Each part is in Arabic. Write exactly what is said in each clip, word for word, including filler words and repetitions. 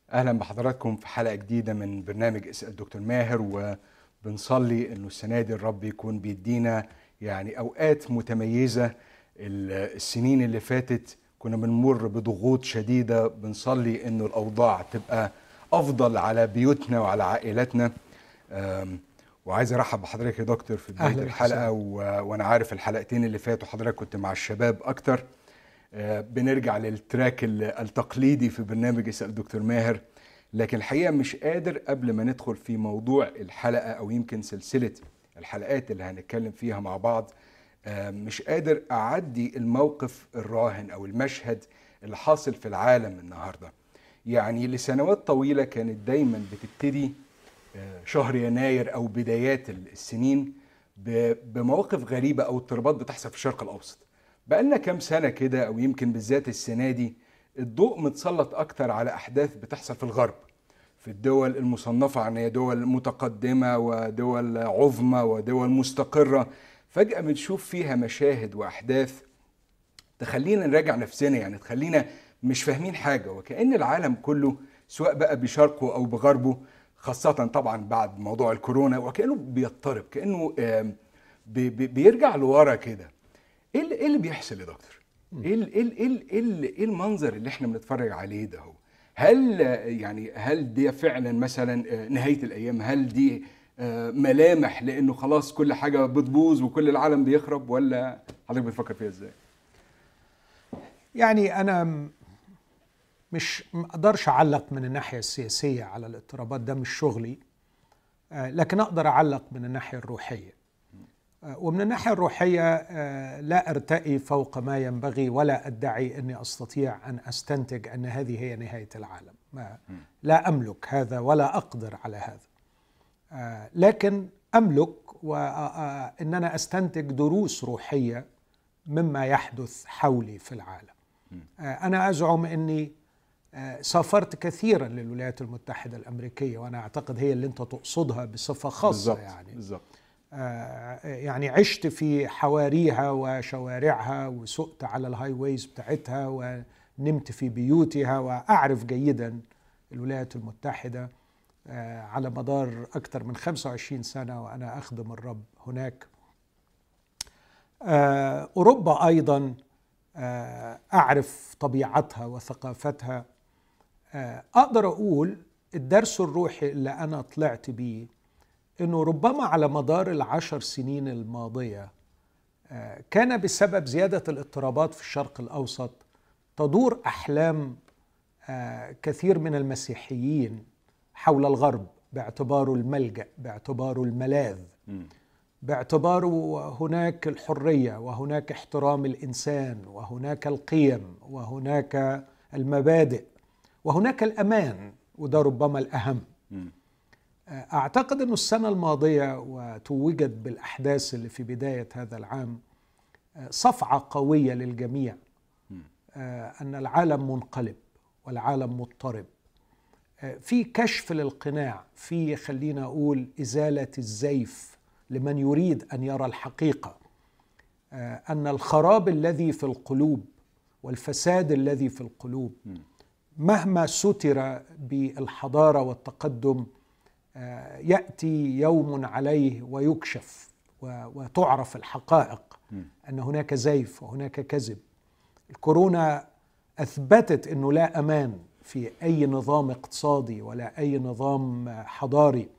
أهلا بحضراتكم في حلقة جديدة من برنامج اسأل دكتور ماهر، وبنصلي إنه السنة دي الرب يكون بيدينا يعني أوقات متميزة. ال- السنين اللي فاتت كنا بنمر بضغوط شديدة، بنصلي إنه الأوضاع تبقى أفضل على بيوتنا وعلى عائلاتنا. أم، وعايز أرحب بحضرتك يا دكتور في بداية أهلا يا الحلقة، حسام. و... وأنا عارف الحلقتين اللي فاتوا حضرتك كنت مع الشباب أكتر. آه، بنرجع للتراك ال- التقليدي في برنامج اسأل دكتور ماهر، لكن الحقيقة مش قادر قبل ما ندخل في موضوع الحلقة أو يمكن سلسلة الحلقات اللي هنتكلم فيها مع بعض، آه، مش قادر أعدي الموقف الراهن أو المشهد اللي حاصل في العالم النهاردة. يعني لسنوات طويلة كانت دايما بتبتدي آه، شهر يناير أو بدايات السنين ب- بمواقف غريبة أو اضطرابات بتحصل في الشرق الأوسط. بقالنا كام سنة كده، أو يمكن بالذات السنة دي، الضوء متسلط أكتر على أحداث بتحصل في الغرب، في الدول المصنفة عن هي دول متقدمة ودول عظمى ودول مستقرة. فجأة بنشوف فيها مشاهد وأحداث تخلينا نراجع نفسنا، يعني تخلينا مش فاهمين حاجة، وكأن العالم كله سواء بقى بشرقه أو بغربه، خاصة طبعا بعد موضوع الكورونا، وكأنه بيضطرب، كأنه آم، بي- بي- بيرجع لورا كده. ايه اللي, إيه اللي بيحصل يا دكتور؟ ايه ال- ايه ال- ايه ال- ايه ال- إيه المنظر اللي احنا بنتفرج عليه ده؟ هو هل آه، يعني هل دي فعلا مثلا آه، نهاية الأيام؟ هل دي آه، ملامح لأنه خلاص كل حاجة بتبوظ وكل العالم بيخرب؟ ولا حضرتك بتفكر فيها ازاي؟ يعني أنا م- مش ما أقدرش أعلق من الناحية السياسية على الاضطرابات، ده مش شغلي. آه، لكن أقدر أعلق من الناحية الروحية. آه، ومن الناحية الروحية آه، لا أرتقي فوق ما ينبغي، ولا أدعي أني أستطيع أن أستنتج أن هذه هي نهاية العالم. ما لا أملك هذا ولا أقدر على هذا. آه، لكن أملك وأن أنا أستنتج دروس روحية مما يحدث حولي في العالم. أنا أزعم أني سافرت كثيرا للولايات المتحدة الأمريكية، وأنا أعتقد هي اللي أنت تقصدها بصفة خاصة. بالظبط يعني بالظبط. يعني عشت في حواريها وشوارعها، وسقت على الهاي ويز بتاعتها، ونمت في بيوتها، وأعرف جيدا الولايات المتحدة على مدار أكثر من خمسة وعشرين سنة وأنا أخدم الرب هناك. أوروبا أيضا أعرف طبيعتها وثقافتها. أقدر أقول الدرس الروحي اللي أنا طلعت بيه إنه ربما على مدار العشر سنين الماضية كان بسبب زيادة الاضطرابات في الشرق الأوسط تدور أحلام كثير من المسيحيين حول الغرب، باعتباره الملجأ، باعتباره الملاذ، باعتباره هناك الحرية وهناك احترام الإنسان وهناك القيم وهناك المبادئ وهناك الأمان، وده ربما الأهم. أعتقد أن السنة الماضية وتوجت بالأحداث اللي في بداية هذا العام صفعة قوية للجميع، أن العالم منقلب والعالم مضطرب، في كشف للقناع، في خلينا أقول إزالة الزيف لمن يريد أن يرى الحقيقة، أن الخراب الذي في القلوب والفساد الذي في القلوب مهما ستر بالحضارة والتقدم يأتي يوم عليه ويكشف وتعرف الحقائق، أن هناك زيف وهناك كذب. الكورونا أثبتت أنه لا أمان في أي نظام اقتصادي ولا أي نظام حضاري.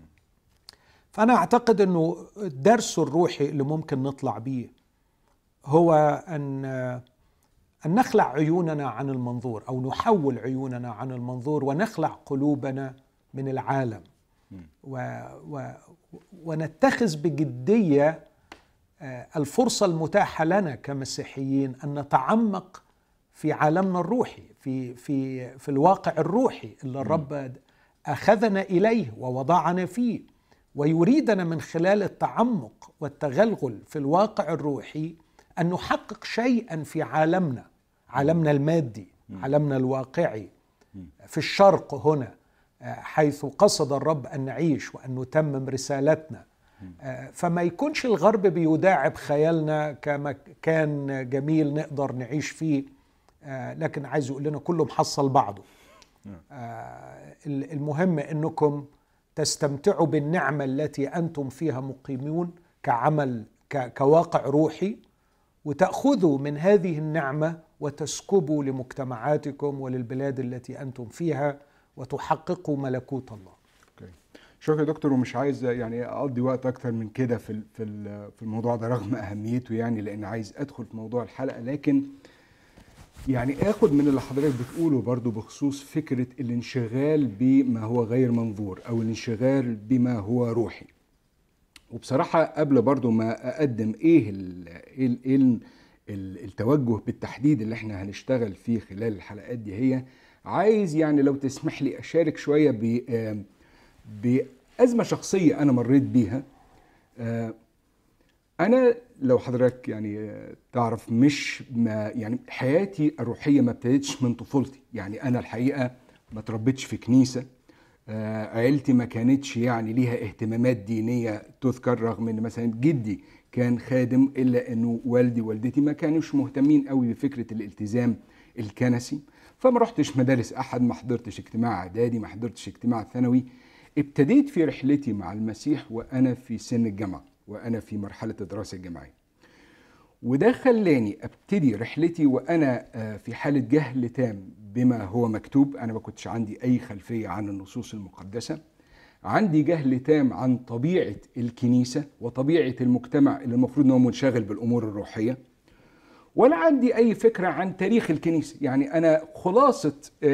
فأنا أعتقد أنه الدرس الروحي اللي ممكن نطلع به هو أن أن نخلع عيوننا عن المنظور، أو نحول عيوننا عن المنظور ونخلع قلوبنا من العالم، و و ونتخذ بجدية الفرصة المتاحة لنا كمسيحيين أن نتعمق في عالمنا الروحي، في في في الواقع الروحي اللي الرب أخذنا إليه ووضعنا فيه، ويريدنا من خلال التعمق والتغلغل في الواقع الروحي أن نحقق شيئا في عالمنا، عالمنا المادي، عالمنا الواقعي في الشرق هنا، حيث قصد الرب أن نعيش وأن نتمم رسالتنا. فما يكونش الغرب بيداعب خيالنا كما كان جميل نقدر نعيش فيه، لكن عايز يقول لنا كله محصل بعضه. آه المهم أنكم تستمتعوا بالنعمة التي أنتم فيها مقيمون كعمل كواقع روحي، وتأخذوا من هذه النعمة وتسكبوا لمجتمعاتكم وللبلاد التي أنتم فيها وتحققوا ملكوت الله. أوكي. شكرا يا دكتور، ومش عايز يعني أقضي وقت أكتر من كده في في في الموضوع ده رغم أهميته، يعني لأن عايز أدخل في موضوع الحلقة، لكن يعني آخد من اللي حضرتك بتقوله برضو بخصوص فكرة الانشغال بما هو غير منظور أو الانشغال بما هو روحي. وبصراحة قبل برضو ما أقدم إيه ال ال ال التوجه بالتحديد اللي احنا هنشتغل فيه خلال الحلقات دي، هي عايز يعني لو تسمح لي أشارك شوية بأزمة شخصية أنا مريت بيها. أنا لو حضرتك يعني تعرف مش ما يعني حياتي الروحية ما ابتدتش من طفولتي، يعني أنا الحقيقة ما تربيتش في كنيسة، عائلتي ما كانتش يعني ليها اهتمامات دينية تذكر، رغم ان مثلا جدي كان خادم، الا انه والدي ووالدتي ما كانوش مهتمين قوي بفكرة الالتزام الكنسي. فما رحتش مدارس احد، ما حضرتش اجتماع اعدادي، ما حضرتش اجتماع ثانوي. ابتديت في رحلتي مع المسيح وانا في سن الجامعة، وانا في مرحلة الدراسة الجامعية، وده خلاني ابتدي رحلتي وانا في حالة جهل تام بما هو مكتوب. انا ما كنتش عندي اي خلفية عن النصوص المقدسة، عندي جهل تام عن طبيعة الكنيسة وطبيعة المجتمع اللي المفروض انه منشغل بالامور الروحية، ولا عندي اي فكرة عن تاريخ الكنيسة. يعني انا خلاصة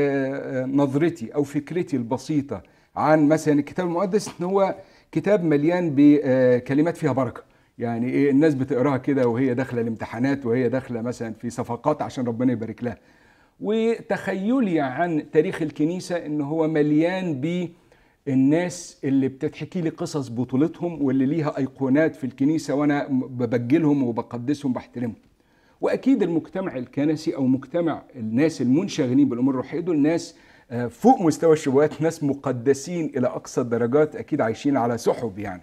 نظرتي او فكرتي البسيطة عن مثلا الكتاب المقدس ان هو كتاب مليان بكلمات فيها بركة، يعني ايه الناس بتقراها كده وهي داخله الامتحانات، وهي داخله مثلا في صفقات عشان ربنا يبارك لها. وتخيلي عن تاريخ الكنيسه ان هو مليان بالناس اللي بتحكي لي قصص بطولتهم واللي ليها ايقونات في الكنيسه، وانا ببجلهم وبقدسهم وبحترمهم. واكيد المجتمع الكنسي او مجتمع الناس المنشغلين بالامور الروحيه دول ناس فوق مستوى الشبهات، ناس مقدسين الى اقصى الدرجات، اكيد عايشين على سحب يعني.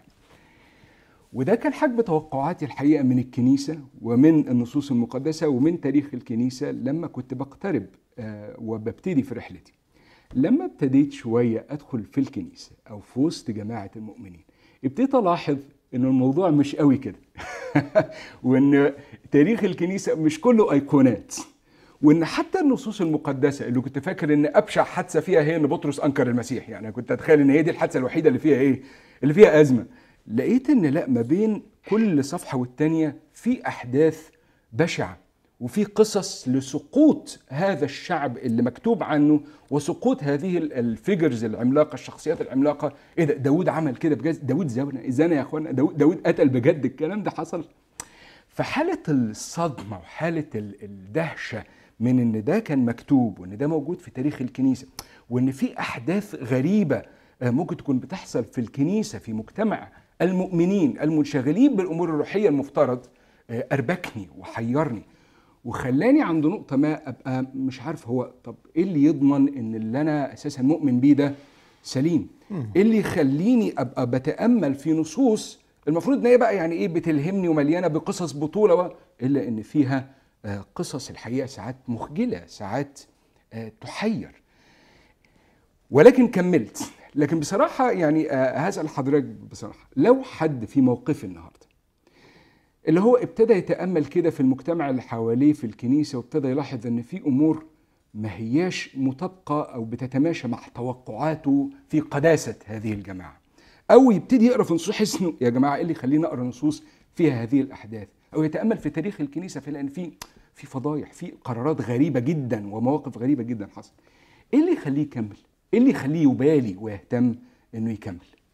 وده كان حجم توقعاتي الحقيقة من الكنيسة ومن النصوص المقدسة ومن تاريخ الكنيسة لما كنت بقترب وببتدي في رحلتي. لما ابتديت شوية أدخل في الكنيسة أو في وسط جماعة المؤمنين، ابتديت ألاحظ إن الموضوع مش قوي كده وإن تاريخ الكنيسة مش كله أيقونات، وإن حتى النصوص المقدسة اللي كنت فاكر إن أبشع حادثة فيها هي إن بطرس أنكر المسيح، يعني كنت أتخيل إن هي دي الحادثة الوحيدة اللي فيها إيه؟ اللي فيها أزمة. لقيت ان لا، ما بين كل صفحة والتانية في احداث بشعة، وفي قصص لسقوط هذا الشعب اللي مكتوب عنه، وسقوط هذه الفيجرز العملاقة، الشخصيات العملاقة. ايه ده؟ داود عمل كده بجد؟ داود زنا زنا يا اخوانا؟ داود, داود قتل بجد؟ الكلام ده حصل؟ فحالة الصدمة وحالة الدهشة من ان ده كان مكتوب، وان ده موجود في تاريخ الكنيسة، وان في احداث غريبة ممكن تكون بتحصل في الكنيسة في مجتمع المؤمنين المنشغلين بالأمور الروحية المفترض، أربكني وحيرني وخلاني عند نقطة ما أبقى مش عارف هو طب إيه اللي يضمن إن اللي أنا أساسا مؤمن بيه ده سليم؟ إيه اللي يخليني أبقى بتأمل في نصوص المفروض إن هي بقى يعني إيه بتلهمني ومليانة بقصص بطولة، إلا إن فيها قصص الحقيقة ساعات مخجلة، ساعات تحير. ولكن كملت. لكن بصراحة يعني هسأل حضرتك بصراحة، لو حد في موقف النهاردة اللي هو ابتدى يتأمل كده في المجتمع اللي حواليه في الكنيسة، وابتدى يلاحظ ان في امور ما هياش مطابقة او بتتماشى مع توقعاته في قداسة هذه الجماعة، او يبتدي يقرأ في نصوص يحس انه يا جماعة ايه اللي يخليني اقرأ نصوص فيها هذه الاحداث، او يتأمل في تاريخ الكنيسة في لان في في فضايح، في قرارات غريبة جدا ومواقف غريبة جدا حصلت، ايه اللي يخليه يكمل؟ ايه اللي يخليه يبالي ويهتم انه يكمل؟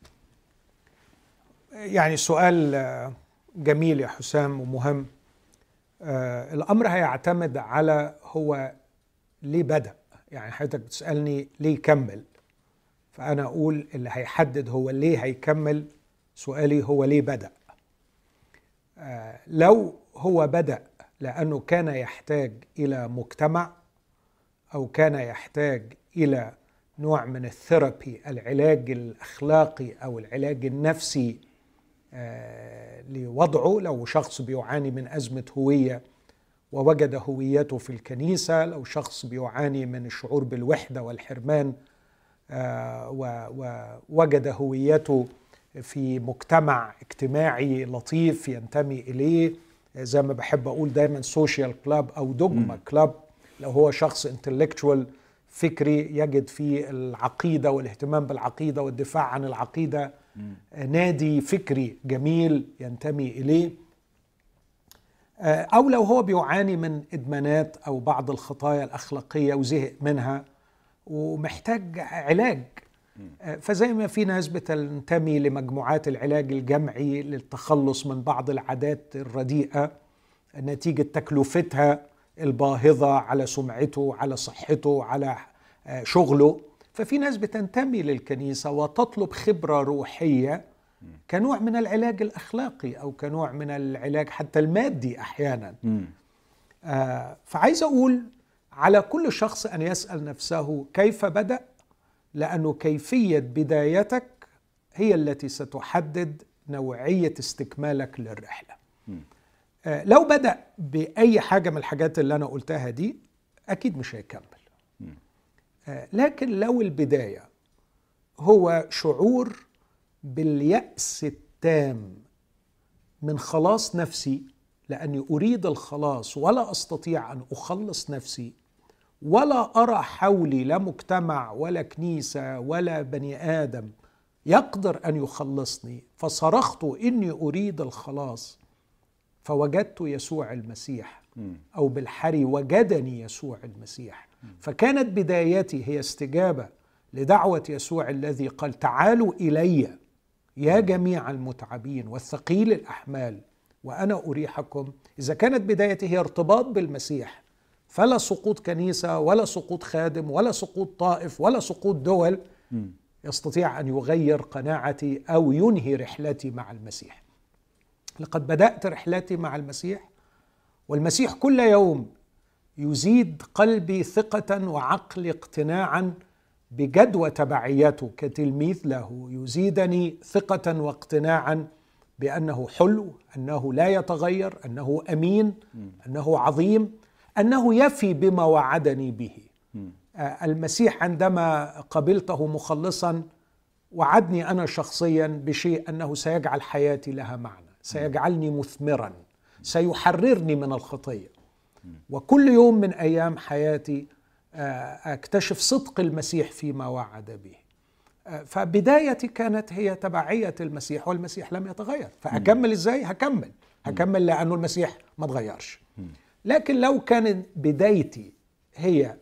يعني سؤال جميل يا حسام ومهم. آه الامر هيعتمد على هو ليه بدأ. يعني حضرتك بتسألني ليه يكمل، فانا اقول اللي هيحدد هو ليه هيكمل. سؤالي هو ليه بدأ. آه لو هو بدأ لأنه كان يحتاج إلى مجتمع، أو كان يحتاج إلى نوع من الثيرابي، العلاج الأخلاقي أو العلاج النفسي آه لوضعه، لو شخص بيعاني من أزمة هوية ووجد هويته في الكنيسة، لو شخص بيعاني من الشعور بالوحدة والحرمان ووجد هويته في مجتمع اجتماعي لطيف ينتمي إليه، زي ما بحب أقول دايما سوشيال كلاب أو دوجما كلاب. لو هو شخص انتلكتوال فكري يجد في العقيدة والاهتمام بالعقيدة والدفاع عن العقيدة نادي فكري جميل ينتمي إليه. أو لو هو بيعاني من إدمانات أو بعض الخطايا الأخلاقية وزهق منها ومحتاج علاج، فزي ما في ناس بتنتمي لمجموعات العلاج الجمعي للتخلص من بعض العادات الرديئة نتيجة تكلفتها الباهظة على سمعته، على صحته، على شغله، ففي ناس بتنتمي للكنيسة وتطلب خبرة روحية كنوع من العلاج الأخلاقي أو كنوع من العلاج حتى المادي أحيانا. آه فعايز أقول على كل شخص أن يسأل نفسه كيف بدأ، لأنه كيفية بدايتك هي التي ستحدد نوعية استكمالك للرحلة. آه لو بدأ بأي حاجة من الحاجات اللي أنا قلتها دي أكيد مش هيكمل. آه لكن لو البداية هو شعور باليأس التام من خلاص نفسي، لأني أريد الخلاص ولا أستطيع أن أخلص نفسي، ولا أرى حولي لا مجتمع ولا كنيسة ولا بني آدم يقدر أن يخلصني، فصرخت إني أريد الخلاص فوجدت يسوع المسيح، أو بالحري وجدني يسوع المسيح. فكانت بدايتي هي استجابة لدعوة يسوع الذي قال تعالوا إلي يا جميع المتعبين والثقيل الأحمال وأنا أريحكم. إذا كانت بدايتي هي ارتباط بالمسيح فلا سقوط كنيسة ولا سقوط خادم ولا سقوط طائف ولا سقوط دول يستطيع أن يغير قناعتي أو ينهي رحلتي مع المسيح. لقد بدأت رحلتي مع المسيح، والمسيح كل يوم يزيد قلبي ثقة وعقلي اقتناعا بجدوى تبعيته كتلميذ له، يزيدني ثقة واقتناعا بأنه حلو، أنه لا يتغير، أنه أمين، أنه عظيم، أنه يفي بما وعدني به. المسيح عندما قبلته مخلصا وعدني أنا شخصيا بشيء أنه سيجعل حياتي لها معنى، سيجعلني مثمرا، سيحررني من الخطية. وكل يوم من أيام حياتي أكتشف صدق المسيح فيما وعد به. فبدايتي كانت هي تبعية المسيح، والمسيح لم يتغير. فأكمل إزاي؟ هكمل هكمل لأنه المسيح ما تغيرش. لكن لو كانت بدايتي هي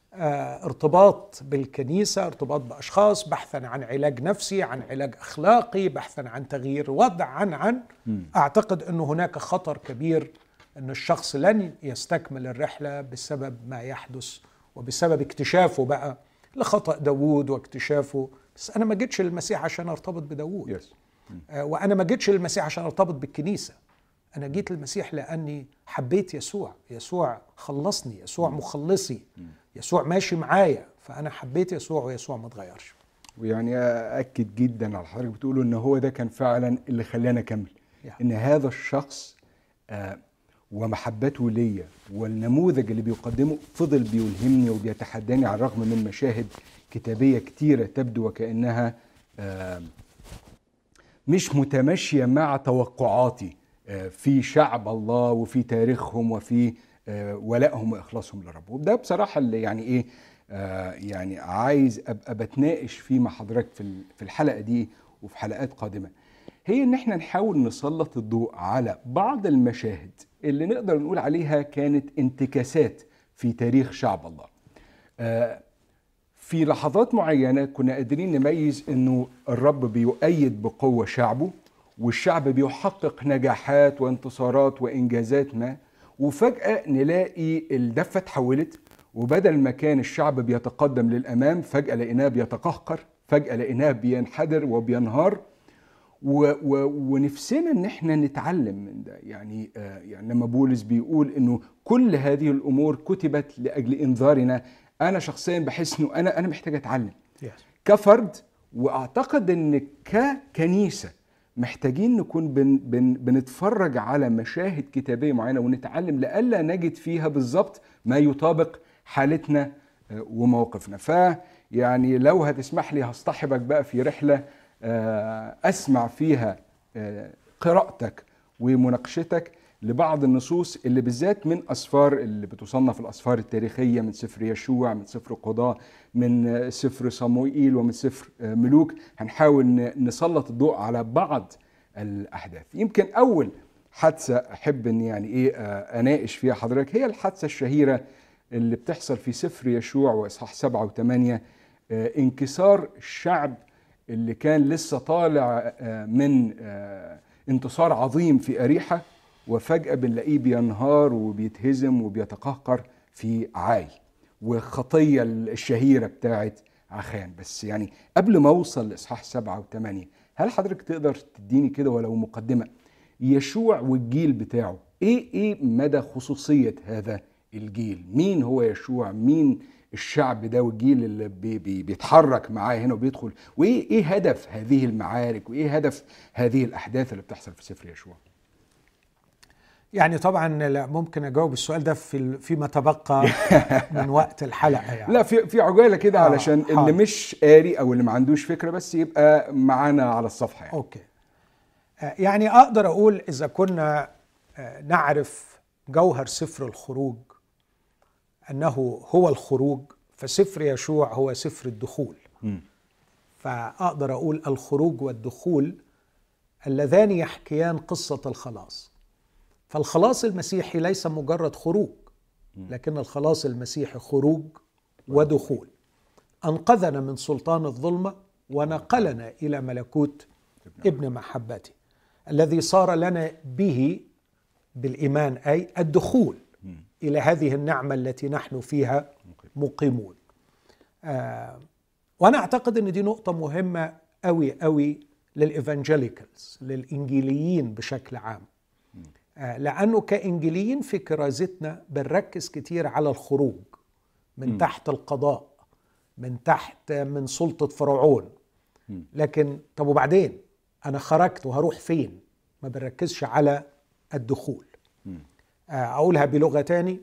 ارتباط بالكنيسة، ارتباط بأشخاص، بحثا عن علاج نفسي، عن علاج أخلاقي، بحثا عن تغيير وضع، عن عن أعتقد أنه هناك خطر كبير أن الشخص لن يستكمل الرحلة بسبب ما يحدث وبسبب اكتشافه بقى لخطأ داود واكتشافه. بس أنا ما جيتش للمسيح عشان أرتبط بداود، yes. آه وأنا ما جيتش للمسيح عشان أرتبط بالكنيسة. أنا جيت للمسيح لأني حبيت يسوع، يسوع خلصني، يسوع مخلصي، يسوع ماشي معايا، فأنا حبيت يسوع ويسوع ما تغيرش. ويعني أأكد جدا على حضرتك بتقوله إن هو ده كان فعلا اللي خلاني أكمل، yeah. إن هذا الشخص آه ومحبته ليا والنموذج اللي بيقدمه فضل بيلهمني وبيتحداني على الرغم من مشاهد كتابية كتيرة تبدو وكأنها مش متماشية مع توقعاتي في شعب الله وفي تاريخهم وفي ولائهم وإخلاصهم للرب. وده بصراحة اللي يعني إيه يعني عايز أبقى بتناقش فيه مع حضرتك في الحلقة دي وفي حلقات قادمة، هي إن احنا نحاول نسلط الضوء على بعض المشاهد اللي نقدر نقول عليها كانت انتكاسات في تاريخ شعب الله. في لحظات معينة كنا قادرين نميز انه الرب بيؤيد بقوة شعبه، والشعب بيحقق نجاحات وانتصارات وانجازات ما، وفجأة نلاقي الدفة اتحولت، وبدل ما كان الشعب بيتقدم للأمام فجأة لقيناه بيتقهقر، فجأة لقيناه بينحدر وبينهار. و و ونفسنا ان احنا نتعلم من ده. يعني آه يعني لما بولس بيقول انه كل هذه الامور كتبت لاجل انذارنا، انا شخصيا بحس انه انا انا محتاج اتعلم yes. كفرد، واعتقد ان ككنيسه محتاجين نكون بن بن بنتفرج على مشاهد كتابية معينة ونتعلم لألا نجد فيها بالظبط ما يطابق حالتنا وموقفنا. فيعني لو هتسمح لي هصطحبك بقى في رحلة أسمع فيها قراءتك ومناقشتك لبعض النصوص اللي بالذات من أسفار اللي بتصنف الأسفار التاريخية، من سفر يشوع، من سفر قضاء، من سفر صموئيل، ومن سفر ملوك. هنحاول نسلط الضوء على بعض الأحداث. يمكن أول حادثة أحب أن يعني إيه أناقش فيها حضرتك هي الحادثة الشهيرة اللي بتحصل في سفر يشوع وإصحاح سبعة وثمانية، انكسار الشعب اللي كان لسه طالع من انتصار عظيم في أريحة، وفجأة بنلاقيه بينهار وبيتهزم وبيتقهقر في عاي، وخطية الشهيرة بتاعت عخان. بس يعني قبل ما اوصل لاصحاح سبعة وثمانية، هل حضرتك تقدر تديني كده ولو مقدمة يشوع والجيل بتاعه؟ ايه ايه مدى خصوصية هذا الجيل؟ مين هو يشوع؟ مين الشعب ده والجيل اللي بي بي بيتحرك معاه هنا وبيدخل؟ وايه ايه هدف هذه المعارك؟ وايه هدف هذه الاحداث اللي بتحصل في سفر يشوع؟ يعني طبعا لا ممكن اجاوب السؤال ده في فيما تبقى من وقت الحلقه يعني. لا في في عجاله كده آه علشان حاضر. اللي مش قاري او اللي ما عندوش فكره بس يبقى معانا على الصفحه يعني. اوكي. آه يعني اقدر اقول اذا كنا آه نعرف جوهر سفر الخروج انه هو الخروج، فسفر يشوع هو سفر الدخول. م. فاقدر اقول الخروج والدخول اللذان يحكيان قصه الخلاص. فالخلاص المسيحي ليس مجرد خروج، لكن الخلاص المسيحي خروج ودخول. أنقذنا من سلطان الظلمة ونقلنا إلى ملكوت ابن محبته الذي صار لنا به بالإيمان، أي الدخول إلى هذه النعمة التي نحن فيها مقيمون. آه وأنا أعتقد أن دي نقطة مهمة أوي أوي للإيفانجيليكالز، للإنجيليين بشكل عام، لأنه كإنجيليين في كرازتنا بنركز كتير على الخروج من م. تحت القضاء، من تحت من سلطة فرعون. م. لكن طب وبعدين أنا خرجت وهروح فين؟ ما بنركزش على الدخول. م. أقولها بلغة تاني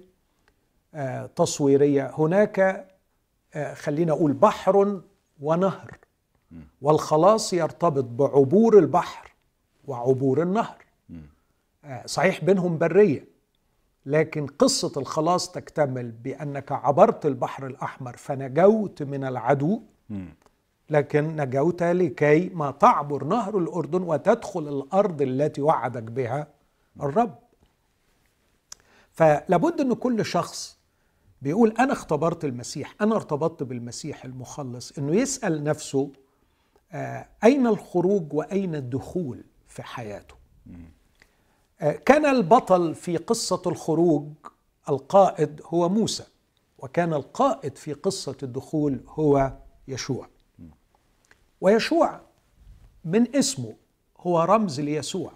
تصويرية، هناك خلينا أقول بحر ونهر، م. والخلاص يرتبط بعبور البحر وعبور النهر. م. صحيح بينهم برية، لكن قصة الخلاص تكتمل بأنك عبرت البحر الأحمر فنجوت من العدو، لكن نجوت لكي ما تعبر نهر الأردن وتدخل الأرض التي وعدك بها الرب. فلابد أن كل شخص بيقول أنا اختبرت المسيح، أنا ارتبطت بالمسيح المخلص، أنه يسأل نفسه أين الخروج وأين الدخول في حياته. كان البطل في قصة الخروج القائد هو موسى، وكان القائد في قصة الدخول هو يشوع. ويشوع من اسمه هو رمز ليسوع،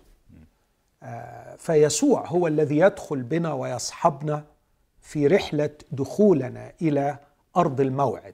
فيسوع هو الذي يدخل بنا ويصحبنا في رحلة دخولنا إلى أرض الموعد.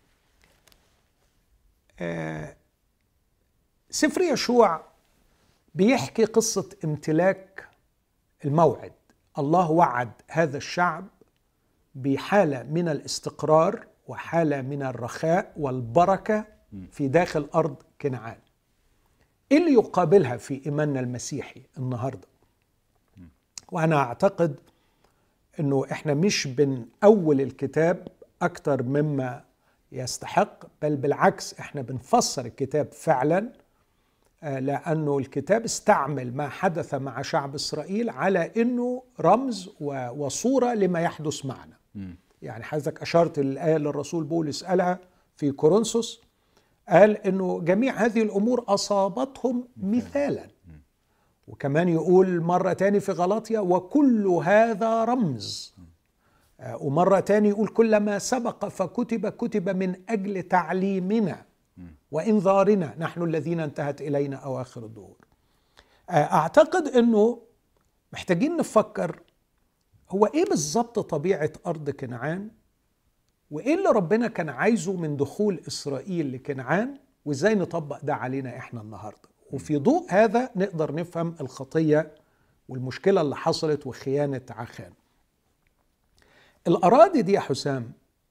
سفر يشوع بيحكي قصة امتلاك الموعد. الله وعد هذا الشعب بحالة من الاستقرار وحالة من الرخاء والبركة في داخل أرض كنعان. إيه اللي يقابلها في إيماننا المسيحي النهاردة؟ وأنا أعتقد أنه إحنا مش بنأول الكتاب أكتر مما يستحق، بل بالعكس إحنا بنفسر الكتاب فعلا، لأنه الكتاب استعمل ما حدث مع شعب إسرائيل على أنه رمز وصورة لما يحدث معنا. م. يعني حضرتك أشرت الآية اللي الرسول بولس قالها في كورنثوس، قال أنه جميع هذه الأمور أصابتهم مثالا. م. وكمان يقول مرة تاني في غلاطيا وكل هذا رمز. م. ومرة تاني يقول كل ما سبق فكتب كتب من أجل تعليمنا وإنذارنا نحن الذين انتهت إلينا أواخر الدهور. أعتقد أنه محتاجين نفكر هو إيه بالضبط طبيعة أرض كنعان، وإيه اللي ربنا كان عايزه من دخول إسرائيل لكنعان، وإزاي نطبق ده علينا إحنا النهاردة. وفي ضوء هذا نقدر نفهم الخطية والمشكلة اللي حصلت وخيانة عخان. الأراضي دي يا حسام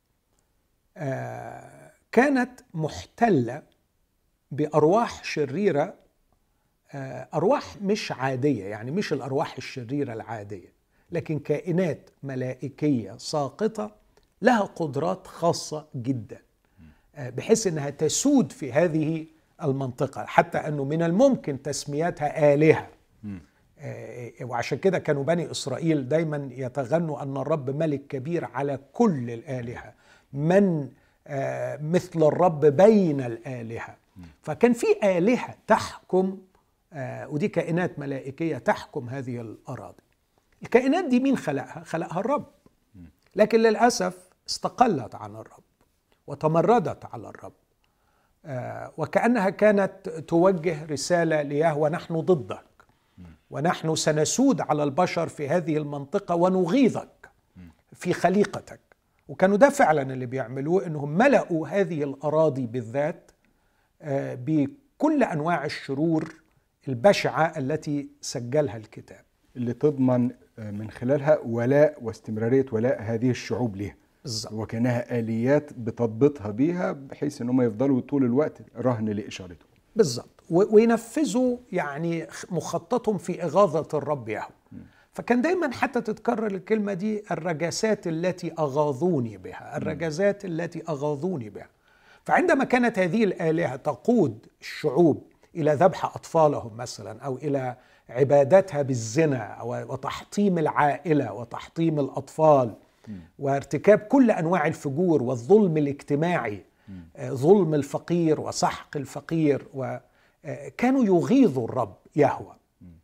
آه كانت محتلة بأرواح شريرة، آه أرواح مش عادية، يعني مش الأرواح الشريرة العادية، لكن كائنات ملائكية ساقطة لها قدرات خاصة جدا، آه بحيث أنها تسود في هذه المنطقة، حتى أنه من الممكن تسميتها آلهة. آه وعشان كده كانوا بني إسرائيل دايما يتغنوا أن الرب ملك كبير على كل الآلهة، من آه مثل الرب بين الآلهة. فكان في آلهة تحكم، آه ودي كائنات ملائكية تحكم هذه الأراضي. الكائنات دي مين خلقها؟ خلقها الرب، لكن للأسف استقلت عن الرب وتمردت على الرب، آه وكأنها كانت توجه رسالة ليهوه: نحن ضدك، ونحن سنسود على البشر في هذه المنطقة ونغيظك في خليقتك. وكانوا ده فعلا اللي بيعملوه، انهم ملأوا هذه الأراضي بالذات بكل أنواع الشرور البشعة التي سجلها الكتاب، اللي تضمن من خلالها ولاء واستمرارية ولاء هذه الشعوب ليها بالظبط، وكانها آليات بتضبطها بيها بحيث انهم يفضلوا طول الوقت رهن لإشارته. بالظبط، وينفذوا يعني مخططهم في إغاظة الرب يهوه. فكان دايما حتى تتكرر الكلمة دي: الرجاسات التي أغاظوني بها، الرجاسات التي أغاظوني بها. فعندما كانت هذه الآلهة تقود الشعوب إلى ذبح أطفالهم مثلا، أو إلى عبادتها بالزنا وتحطيم العائلة وتحطيم الأطفال وارتكاب كل أنواع الفجور والظلم الاجتماعي، ظلم الفقير وسحق الفقير، وكانوا يغيظوا الرب يهوه.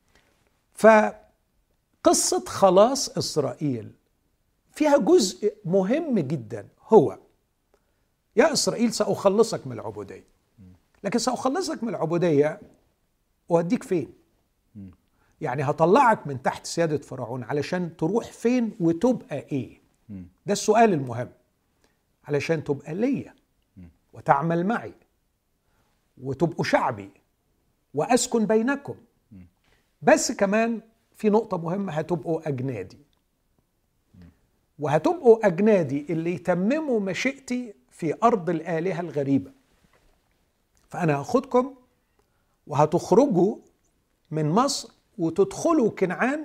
فقصة خلاص إسرائيل فيها جزء مهم جدا، هو: يا إسرائيل سأخلصك من العبودية، لكن سأخلصك من العبودية وأوديك فين؟ يعني هطلعك من تحت سيادة فرعون علشان تروح فين وتبقى إيه؟ ده السؤال المهم. علشان تبقى ليا وتعمل معي وتبقوا شعبي وأسكن بينكم، بس كمان في نقطة مهمة: هتبقوا أجنادي، وهتبقوا أجنادي اللي يتمموا مشيئتي في أرض الآلهة الغريبة. فأنا هاخدكم وهتخرجوا من مصر وتدخلوا كنعان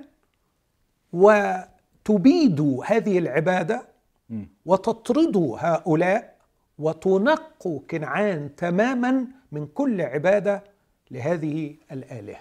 وتبيدوا هذه العبادة وتطردوا هؤلاء وتنقوا كنعان تماما من كل عبادة لهذه الآلهة.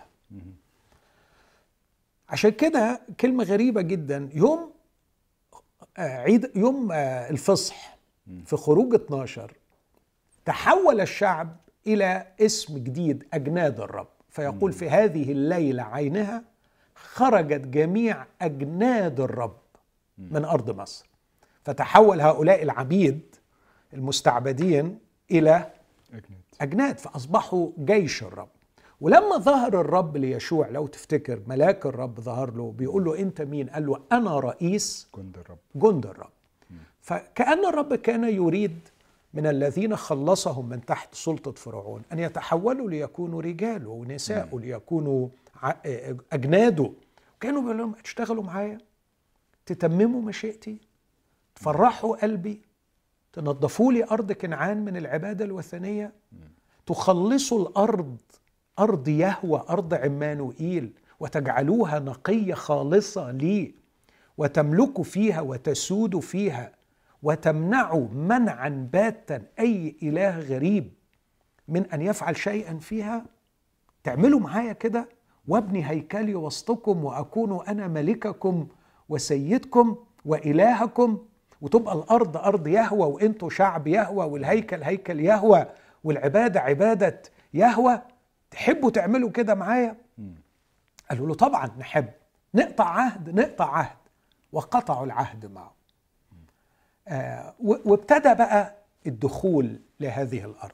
عشان كده كلمة غريبة جدا، يوم عيد يوم الفصح في خروج اثناشر تحول الشعب إلى اسم جديد: أجناد الرب. فيقول: في هذه الليلة عينها خرجت جميع أجناد الرب من أرض مصر. فتحول هؤلاء العبيد المستعبدين إلى أجناد, أجناد فأصبحوا جيش الرب. ولما ظهر الرب ليشوع، لو تفتكر ملاك الرب ظهر له بيقول له: أنت مين؟ قال له: أنا رئيس جند الرب. جند الرب. فكأن الرب كان يريد من الذين خلصهم من تحت سلطة فرعون أن يتحولوا ليكونوا رجاله ونساءه، ليكونوا أجناده. كانوا بيقولوا لهم: تشتغلوا معايا، تتمموا مشيئتي، تفرحوا قلبي، تنظفوا لي أرض كنعان من العبادة الوثنية، تخلصوا الأرض، أرض يهوه، أرض عمانوئيل، وتجعلوها نقية خالصة لي، وتملكوا فيها وتسودوا فيها، وتمنعوا منعا باتا أي إله غريب من أن يفعل شيئا فيها. تعملوا معايا كده، وابني هيكلي وسطكم، وأكون أنا ملككم وسيدكم وإلهكم، وتبقى الأرض أرض يهوه، وإنتوا شعب يهوه، والهيكل هيكل يهوه، والعبادة عبادة يهوه. تحبوا تعملوا كده معايا؟ قالوا له: طبعا نحب. نقطع عهد؟ نقطع عهد. وقطعوا العهد معه. آه وابتدى بقى الدخول لهذه الأرض.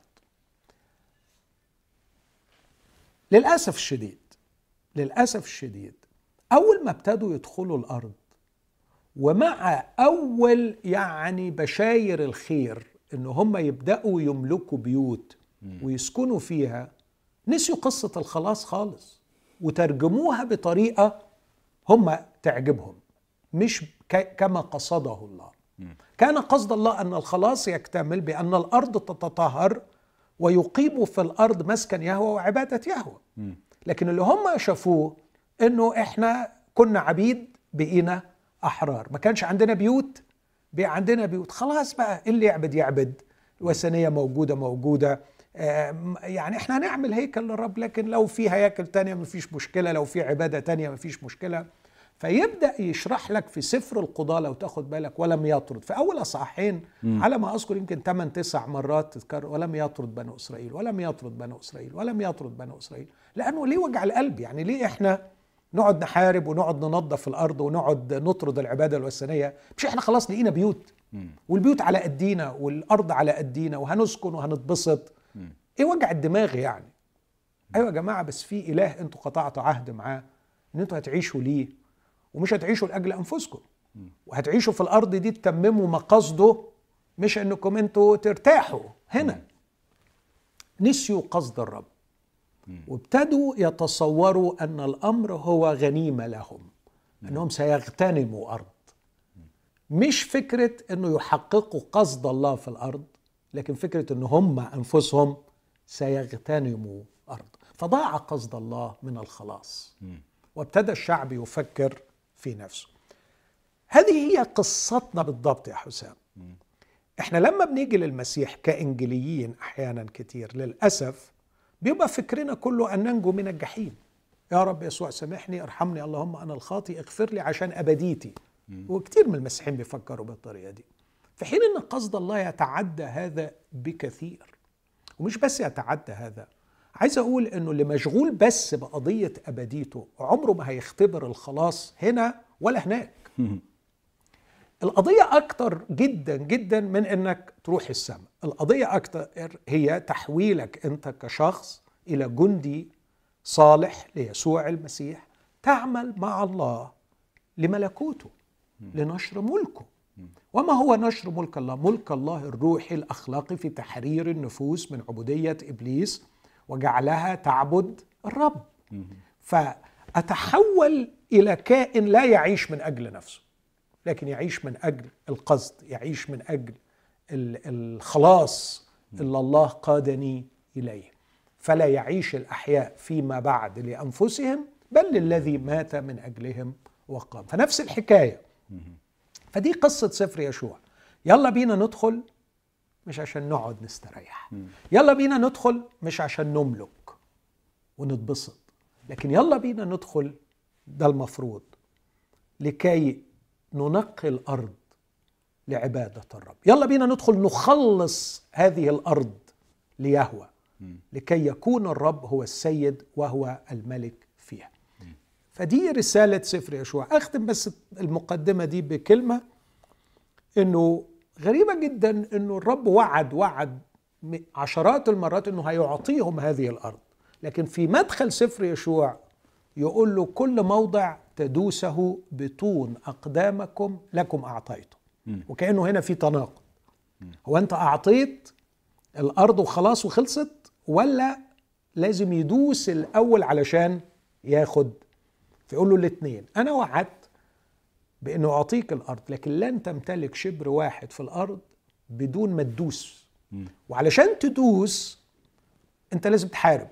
للأسف الشديد للأسف الشديد أول ما ابتدوا يدخلوا الأرض، ومع أول يعني بشاير الخير إن هم يبدأوا يملكوا بيوت ويسكنوا فيها، نسيوا قصة الخلاص خالص وترجموها بطريقة هم تعجبهم، مش كما قصده الله. كان قصد الله أن الخلاص يكتمل بأن الأرض تتطهر ويقيم في الأرض مسكن يهوه وعبادة يهوه. لكن اللي هم شافوه أنه إحنا كنا عبيد بقينا أحرار، ما كانش عندنا بيوت بقى عندنا بيوت، خلاص بقى اللي يعبد يعبد، الوثنية موجودة موجودة، يعني احنا هنعمل هيكل للرب، لكن لو في هياكل تانية مفيش مشكلة، لو في عبادة تانية مفيش مشكلة. فيبدأ يشرح لك في سفر القضاء لو تاخد بالك، ولم يطرد في أول أصحاحين على ما أذكر يمكن ثمانية تسع مرات تذكر ولم يطرد بنو إسرائيل ولم يطرد بنو إسرائيل ولم يطرد بنو إسرائيل. لأنه ليه وجع القلب؟ يعني ليه إحنا نقعد نحارب ونقعد ننظف الأرض ونقعد نطرد العبادة الوثنية؟ مش إحنا خلاص لقينا بيوت، والبيوت على قدينا والأرض على قدينا وهنسكن وهنتبسط، إيه وجع الدماغ يعني؟ أيوة يا جماعة، بس في إله أنتوا قطعتوا عهد معاه إن أنتوا هتعيشوا ليه، ومش هتعيشوا لأجل أنفسكم، وهتعيشوا في الأرض دي تتمموا مقاصده، مش أنكم أنتوا ترتاحوا هنا. نسيوا قصد الرب وابتدوا يتصوروا أن الأمر هو غنيمة لهم، أنهم سيغتنموا أرض. مش فكرة أنه يحققوا قصد الله في الأرض، لكن فكرة أنه هم أنفسهم سيغتنموا أرض. فضاع قصد الله من الخلاص، وابتدى الشعب يفكر في نفسه. هذه هي قصتنا بالضبط يا حسام. احنا لما بنيجي للمسيح كإنجيليين أحيانا كتير للأسف بيبقى فكرنا كله أن ننجو من الجحيم. يا رب يسوع سامحني، ارحمني، اللهم أنا الخاطئ، اغفر لي عشان أبديتي. وكتير من المسيحيين بيفكروا بالطريقة دي، في حين أن قصد الله يتعدى هذا بكثير. ومش بس يتعدى هذا، عايز أقول أنه اللي مشغول بس بقضية أبديته عمره ما هيختبر الخلاص هنا ولا هناك. القضية أكتر جدا جدا من أنك تروح السماء. القضية أكتر هي تحويلك أنت كشخص إلى جندي صالح ليسوع المسيح، تعمل مع الله لملكوته، لنشر ملكه. وما هو نشر ملك الله؟ ملك الله الروحي الأخلاقي في تحرير النفوس من عبودية إبليس وجعلها تعبد الرب. فأتحول إلى كائن لا يعيش من أجل نفسه، لكن يعيش من أجل القصد، يعيش من أجل الخلاص اللي الله قادني إليه. فلا يعيش الأحياء فيما بعد لأنفسهم، بل للذي مات من أجلهم وقام. فنفس الحكاية. فدي قصة سفر يشوع. يلا بينا ندخل مش عشان نقعد نستريح، يلا بينا ندخل مش عشان نملك ونتبسط، لكن يلا بينا ندخل، ده المفروض، لكي ننقي الأرض لعبادة الرب. يلا بينا ندخل نخلص هذه الأرض ليهوه، لكي يكون الرب هو السيد وهو الملك فيها. فدي رسالة سفر يشوع. أختم بس المقدمة دي بكلمة، إنه غريبة جدا إنه الرب وعد وعد عشرات المرات إنه هيعطيهم هذه الأرض، لكن في مدخل سفر يشوع يقول له كل موضع تدوسه بطون أقدامكم لكم أعطيته. وكأنه هنا في تناقض. هو أنت أعطيت الأرض وخلاص وخلصت، ولا لازم يدوس الأول علشان ياخد؟ فيقول له الاثنين. أنا وعدت بأنه أعطيك الأرض، لكن لن تمتلك شبر واحد في الأرض بدون ما تدوس. وعلشان تدوس أنت لازم تحارب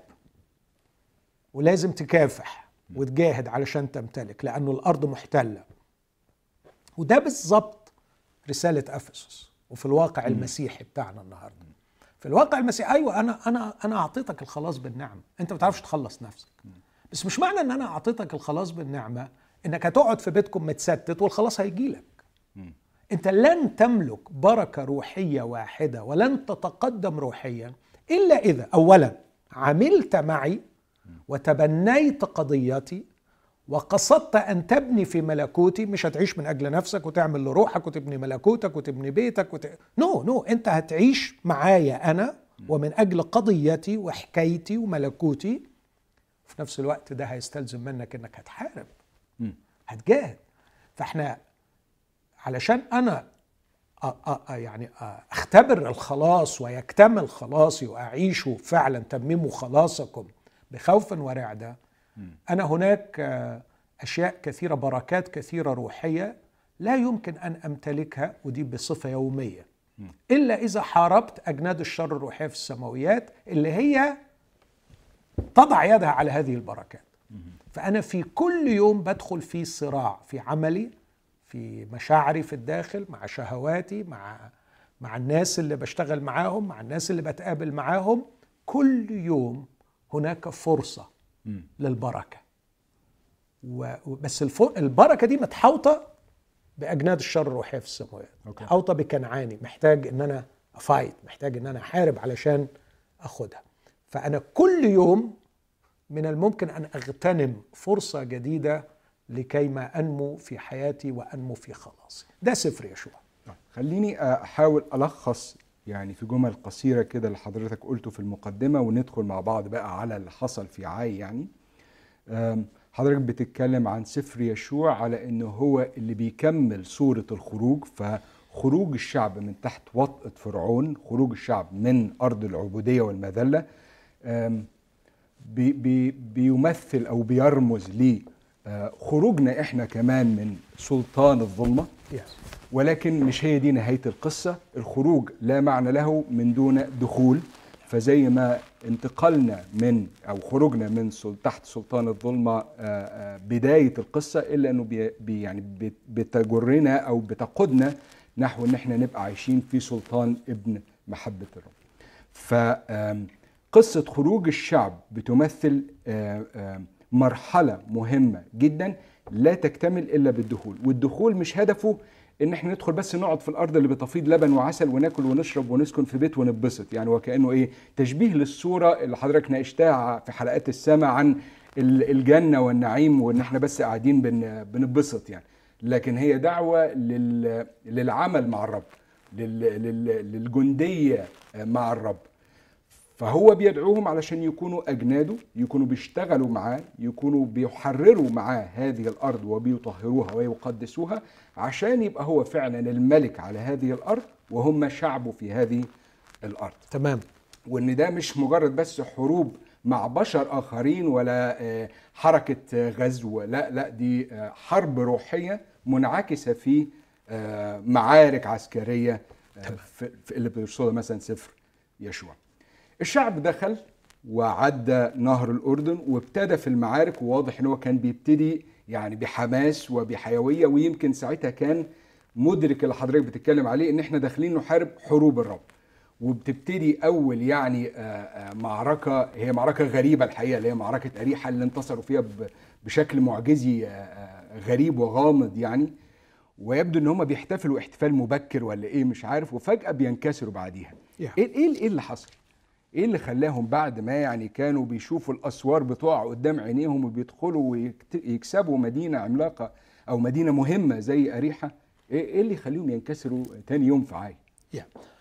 ولازم تكافح وتجاهد علشان تمتلك، لأنه الأرض محتلة. وده بالضبط رسالة أفسس، وفي الواقع المسيحي بتاعنا النهاردة. في الواقع المسيحي، أيوة أنا أنا أنا أعطيتك الخلاص بالنعمة، أنت ما بتعرفش تخلص نفسك. بس مش معنى أن أنا أعطيتك الخلاص بالنعمة إنك هتقعد في بيتكم متستت والخلاص هيجيلك. أنت لن تملك بركة روحية واحدة ولن تتقدم روحيا إلا إذا أولا عملت معي وتبنيت قضيتي وقصدت أن تبني في ملكوتي. مش هتعيش من أجل نفسك وتعمل لروحك وتبني ملكوتك وتبني بيتك وت... نو نو أنت هتعيش معايا أنا ومن أجل قضيتي وحكايتي وملكوتي. في نفس الوقت ده هيستلزم منك أنك هتحارب، هتجاهد. فإحنا علشان أنا أ أ يعني أختبر الخلاص ويكتمل خلاصي وأعيشه فعلا، تمموا خلاصكم بخوف ورعدة. أنا هناك أشياء كثيرة، بركات كثيرة روحية لا يمكن أن أمتلكها، ودي بصفة يومية، إلا إذا حاربت أجناد الشر الروحية في السماويات اللي هي تضع يدها على هذه البركات. فأنا في كل يوم بدخل في صراع في عملي، في مشاعري في الداخل، مع شهواتي، مع مع الناس اللي بشتغل معاهم، مع الناس اللي بتقابل معاهم. كل يوم هناك فرصة م. للبركة، بس البركة دي متحوطة بأجناد الشر الروحية في السماوات، متحوطة بكنعاني، محتاج إن أنا أفايت، محتاج إن أنا أحارب علشان أخدها. فأنا كل يوم من الممكن أن أغتنم فرصة جديدة لكيما أنمو في حياتي وأنمو في خلاصي. ده سفر يشوع. خليني أحاول ألخص يعني في جمل قصيرة كده اللي حضرتك قلته في المقدمة، وندخل مع بعض بقى على اللي حصل في عاي. يعني حضرتك بتتكلم عن سفر يشوع على أنه هو اللي بيكمل صورة الخروج، فخروج الشعب من تحت وطأة فرعون، خروج الشعب من أرض العبودية والمذلة، بي بي بيمثل أو بيرمز لي خروجنا إحنا كمان من سلطان الظلمة. ولكن مش هي دي نهاية القصة. الخروج لا معنى له من دون دخول. فزي ما انتقلنا من أو خروجنا من تحت سلطان الظلمة بداية القصة، إلا أنه بي يعني بتجرنا أو بتقودنا نحو أن احنا نبقى عايشين في سلطان ابن محبة الرب. فقصة خروج الشعب بتمثل مرحلة مهمة جدا لا تكتمل إلا بالدخول. والدخول مش هدفه ان احنا ندخل بس نقعد في الارض اللي بتفيض لبن وعسل وناكل ونشرب ونسكن في بيت ونتبسط، يعني وكأنه ايه تشبيه للصورة اللي حضرتك ناقشتها في حلقات السماء عن الجنة والنعيم، وان احنا بس قاعدين بنتبسط يعني. لكن هي دعوة للعمل مع الرب، للجندية مع الرب. فهو بيدعوهم علشان يكونوا أجناده، يكونوا بيشتغلوا معاه، يكونوا بيحرروا معاه هذه الأرض وبيطهروها ويقدسوها، عشان يبقى هو فعلا الملك على هذه الأرض وهم شعبه في هذه الأرض. تمام. وإن ده مش مجرد بس حروب مع بشر آخرين ولا حركة غزو، لا لا، دي حرب روحية منعكسة في معارك عسكرية في اللي بيرصدها مثلا سفر يشوع. الشعب دخل وعدى نهر الأردن وابتدى في المعارك، وواضح ان هو كان بيبتدي يعني بحماس وبحيوية، ويمكن ساعتها كان مدرك اللي حضرتك بتتكلم عليه ان احنا داخلين نحارب حروب الرب. وبتبتدي اول يعني معركة، هي معركة غريبة الحقيقة، اللي هي معركة أريحة اللي انتصروا فيها بشكل معجزي غريب وغامض يعني. ويبدو ان هم بيحتفلوا احتفال مبكر ولا ايه مش عارف، وفجأة بينكسروا بعديها. yeah. ايه ايه اللي حصل؟ ايه اللي خلاهم بعد ما يعني كانوا بيشوفوا الاسوار بتقع قدام عينيهم وبيدخلوا ويكسبوا مدينة عملاقة او مدينة مهمة زي أريحة، ايه اللي يخليهم ينكسروا تاني يوم في عاي؟ yeah.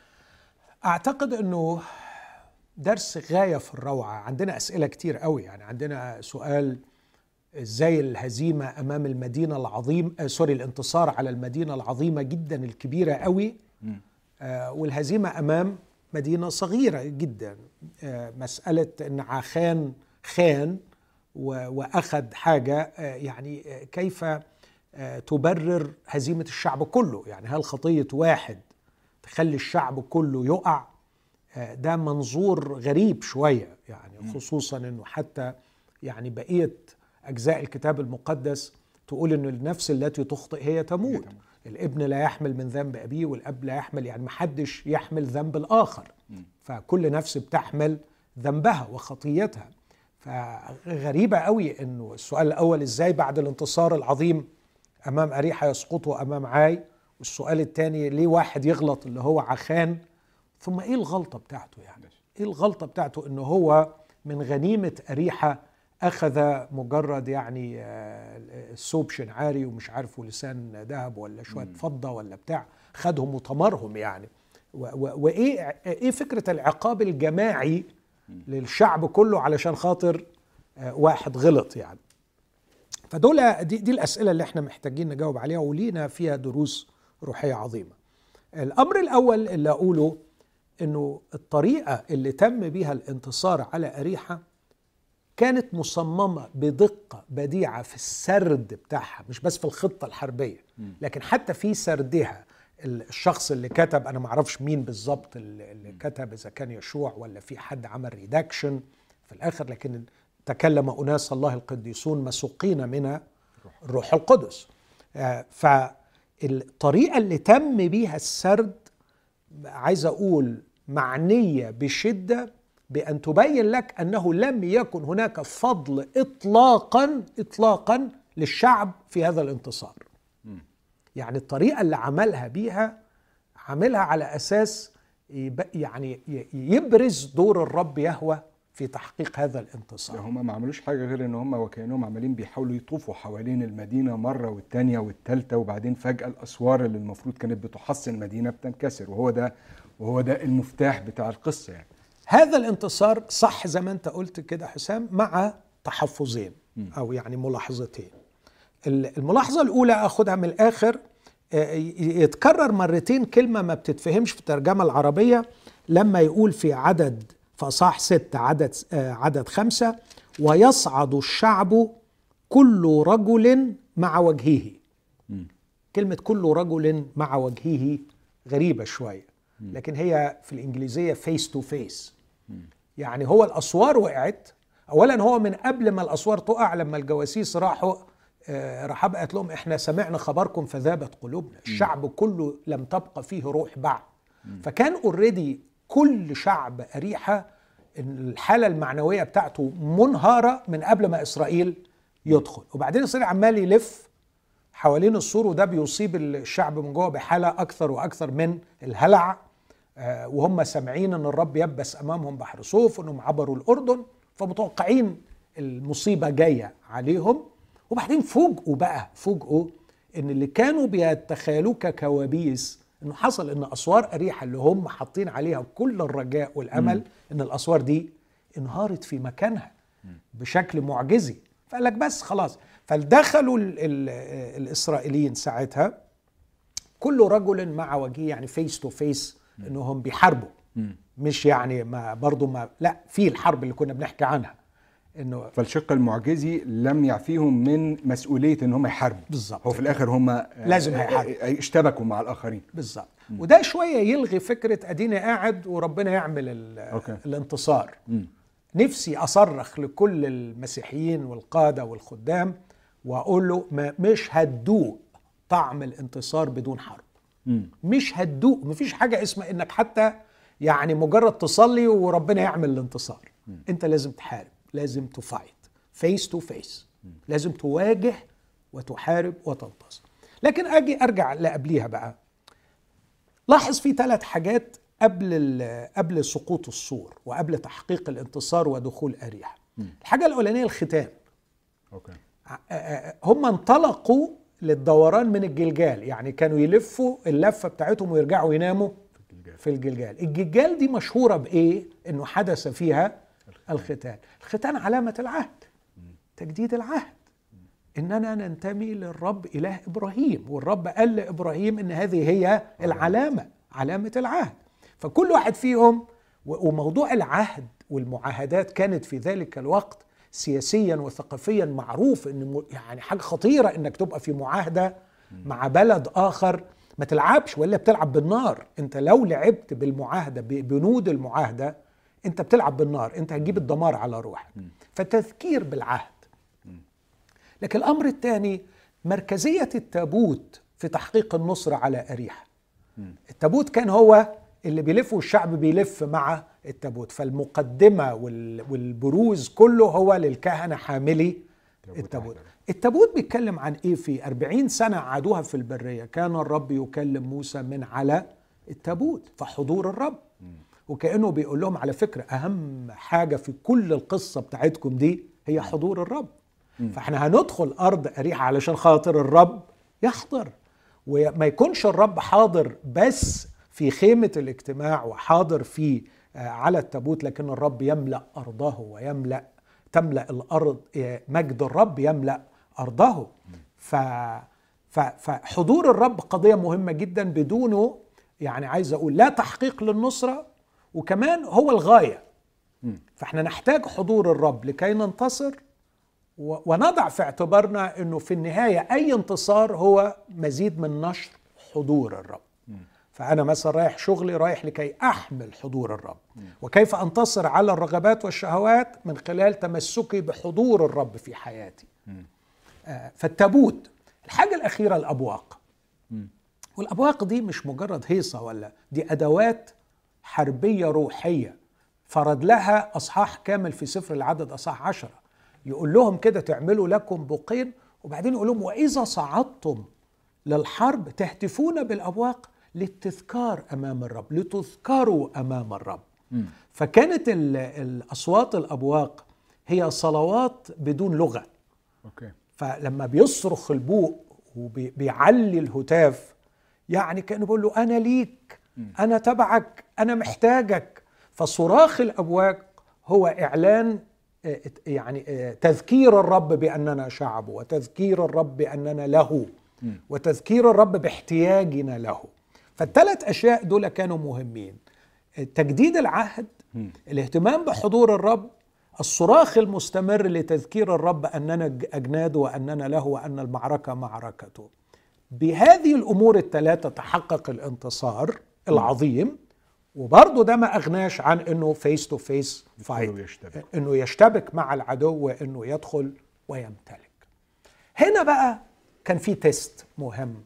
اعتقد انه درس غاية في الروعة. عندنا اسئلة كتير قوي، يعني عندنا سؤال ازاي الهزيمة امام المدينة العظيم آه سوري الانتصار على المدينة العظيمة جدا الكبيرة قوي، آه والهزيمة امام مدينة صغيرة جدا. آه مسألة ان عاخان خان واخذ حاجة، آه يعني آه كيف آه تبرر هزيمة الشعب كله؟ يعني هل خطية واحد تخلي الشعب كله يقع؟ آه ده منظور غريب شوية يعني، خصوصا انه حتى يعني بقية أجزاء الكتاب المقدس تقول إن النفس التي تخطئ هي تموت. الابن لا يحمل من ذنب أبيه والأب لا يحمل، يعني محدش يحمل ذنب الآخر، فكل نفس بتحمل ذنبها وخطيتها. فغريبة قوي إنه السؤال الأول إزاي بعد الانتصار العظيم أمام أريحة يسقطوا أمام عاي، والسؤال الثاني ليه واحد يغلط اللي هو عخان، ثم إيه الغلطة بتاعته؟ يعني إيه الغلطة بتاعته إنه هو من غنيمة أريحة أخذ مجرد يعني ثوب شنعاري ومش عارف ولسان ذهب ولا شوية فضة ولا بتاع، خدهم وطمرهم يعني. وإيه إيه فكرة العقاب الجماعي للشعب كله علشان خاطر واحد غلط يعني؟ فدول دي, دي الأسئلة اللي احنا محتاجين نجاوب عليها، ولينا فيها دروس روحية عظيمة. الأمر الأول اللي أقوله إنه الطريقة اللي تم بيها الانتصار على أريحة كانت مصممة بدقة بديعة في السرد بتاعها، مش بس في الخطة الحربية لكن حتى في سردها. الشخص اللي كتب، أنا معرفش مين بالظبط اللي كتب، إذا كان يشوع ولا في حد عمل ريداكشن في الآخر، لكن تكلم أناس الله القديسون مسوقين من الروح القدس. فالطريقة اللي تم بيها السرد عايز أقول معنية بشدة بأن تبين لك أنه لم يكن هناك فضل إطلاقا إطلاقا للشعب في هذا الانتصار. يعني الطريقة اللي عملها بيها عملها على أساس يعني يبرز دور الرب يهوه في تحقيق هذا الانتصار. هم ما عملوش حاجة غير ان هم وكأنهم عمالين بيحاولوا يطوفوا حوالين المدينة مرة والتانية والتالتة، وبعدين فجأة الأسوار اللي المفروض كانت بتحصن المدينة بتنكسر، وهو ده وهو ده المفتاح بتاع القصة. يعني هذا الانتصار صح زي ما انت قلت كده حسام، مع تحفظين او يعني ملاحظتين. الملاحظة الأولى أخدها من الآخر، يتكرر مرتين كلمة ما بتتفهمش في الترجمة العربية، لما يقول في عدد في أصحاح ستة عدد عدد خمسة: ويصعد الشعب كل رجل مع وجهه. م. كلمة كل رجل مع وجهه غريبة شوية، لكن هي في الإنجليزية face to face. م. يعني هو الأسوار وقعت، أولا هو من قبل ما الأسوار تقع لما الجواسيس راحوا رحاب قالت لهم احنا سمعنا خبركم فذابت قلوبنا. الشعب كله لم تبقى فيه روح بعد. فكان اوريدي كل شعب أريحة الحالة المعنوية بتاعته منهارة من قبل ما إسرائيل يدخل. وبعدين إسرائيل عمال يلف حوالين السور، وده بيصيب الشعب من جوه بحالة أكثر وأكثر من الهلع، وهم سامعين أن الرب يبس أمامهم بحر صوف وأنهم عبروا الأردن، فمتوقعين المصيبة جاية عليهم. وبعدين فوجئوا بقى فوجئوا ان اللي كانوا بيتخيلوه ككوابيس انه حصل ان اسوار اريحة اللي هم حاطين عليها كل الرجاء والامل م. ان الاسوار دي انهارت في مكانها بشكل معجزي. فقال لك بس خلاص. فدخلوا ال ال الاسرائيليين ساعتها كل رجل مع وجهه، يعني فيس تو فيس، انهم بيحاربوا، م. مش يعني ما برضو ما لا في الحرب اللي كنا بنحكي عنها. إنه فالشق المعجزي لم يعفيهم من مسؤولية ان هم يحاربوا. بالظبط. هو في الاخر هم لازم هيحاربوا، اشتبكوا مع الاخرين. بالظبط. وده شوية يلغي فكرة اديني قاعد وربنا يعمل الانتصار. م. نفسي اصرخ لكل المسيحيين والقادة والخدام واقول له ما مش هتدوق طعم الانتصار بدون حرب. م. مش هتدوق. مفيش حاجة اسمها انك حتى يعني مجرد تصلي وربنا يعمل الانتصار. م. انت لازم تحارب، لازم تفايت فيس تو فيس، لازم تواجه وتحارب وتنتصر. لكن اجي ارجع لقبليها بقى، لاحظ في ثلاث حاجات قبل قبل سقوط السور وقبل تحقيق الانتصار ودخول أريحة. الحاجة الأولانية الختان. أوكي. هم انطلقوا للدوران من الجلجال، يعني كانوا يلفوا اللفة بتاعتهم ويرجعوا يناموا في الجلجال. الجلجال دي مشهورة بإيه؟ إنه حدث فيها الختان. الختان علامة العهد، تجديد العهد، إننا ننتمي للرب إله إبراهيم، والرب قال لإبراهيم إن هذه هي العلامة، علامة العهد. فكل واحد فيهم، وموضوع العهد والمعاهدات كانت في ذلك الوقت سياسيا وثقافيا معروف إن يعني حاجة خطيرة إنك تبقى في معاهدة مع بلد آخر، ما تلعبش ولا بتلعب بالنار. أنت لو لعبت بالمعاهدة ببنود المعاهدة أنت بتلعب بالنار، أنت هتجيب الدمار على روحك. فتذكير بالعهد. لكن الأمر الثاني مركزية التابوت في تحقيق النصر على أريحة. التابوت كان هو اللي بيلف والشعب بيلف مع التابوت، فالمقدمة والبروز كله هو للكهنة حاملي التابوت. التابوت بيتكلم عن إيه؟ في أربعين سنة عادوها في البرية كان الرب يكلم موسى من على التابوت، فحضور الرب، وكأنه بيقول لهم على فكرة أهم حاجة في كل القصة بتاعتكم دي هي حضور الرب. فاحنا هندخل أرض أريحة علشان خاطر الرب يحضر، وما يكونش الرب حاضر بس في خيمة الاجتماع وحاضر في على التابوت، لكن الرب يملأ أرضه ويملأ تملأ الأرض، مجد الرب يملأ أرضه. فحضور الرب قضية مهمة جدا، بدونه يعني عايز أقول لا تحقيق للنصرة، وكمان هو الغاية. فاحنا نحتاج حضور الرب لكي ننتصر، ونضع في اعتبارنا انه في النهاية اي انتصار هو مزيد من نشر حضور الرب. فأنا مثلا رايح شغلي رايح لكي أحمل حضور الرب، وكيف أنتصر على الرغبات والشهوات من خلال تمسكي بحضور الرب في حياتي. آه فالتابوت. الحاجة الأخيرة الأبواق. والأبواق دي مش مجرد هيصة، ولا دي أدوات حربية روحية فرض لها أصحاح كامل في سفر العدد أصحاح عشرة، يقول لهم كده تعملوا لكم بوقين، وبعدين يقول لهم وإذا صعدتم للحرب تهتفون بالأبواق للتذكار أمام الرب، لتذكروا أمام الرب. م. فكانت الأصوات الأبواق هي صلوات بدون لغة. أوكي. فلما بيصرخ البوق وبيعلي الهتاف، يعني كأنه بيقول له أنا ليك، م. أنا تبعك، أنا محتاجك. فصراخ الأبواق هو إعلان، يعني تذكير الرب بأننا شعبه، وتذكير الرب بأننا له، م. وتذكير الرب باحتياجنا له. فالثلاث أشياء دول كانوا مهمين: تجديد العهد، الاهتمام بحضور الرب، الصراخ المستمر لتذكير الرب أننا أجناده وأننا له وأن المعركة معركته. بهذه الأمور الثلاثة تحقق الانتصار العظيم. وبرضه ده ما أغناش عن أنه فيس تو فيس فايت، أنه يشتبك مع العدو وأنه يدخل ويمتلك. هنا بقى كان في تيست مهم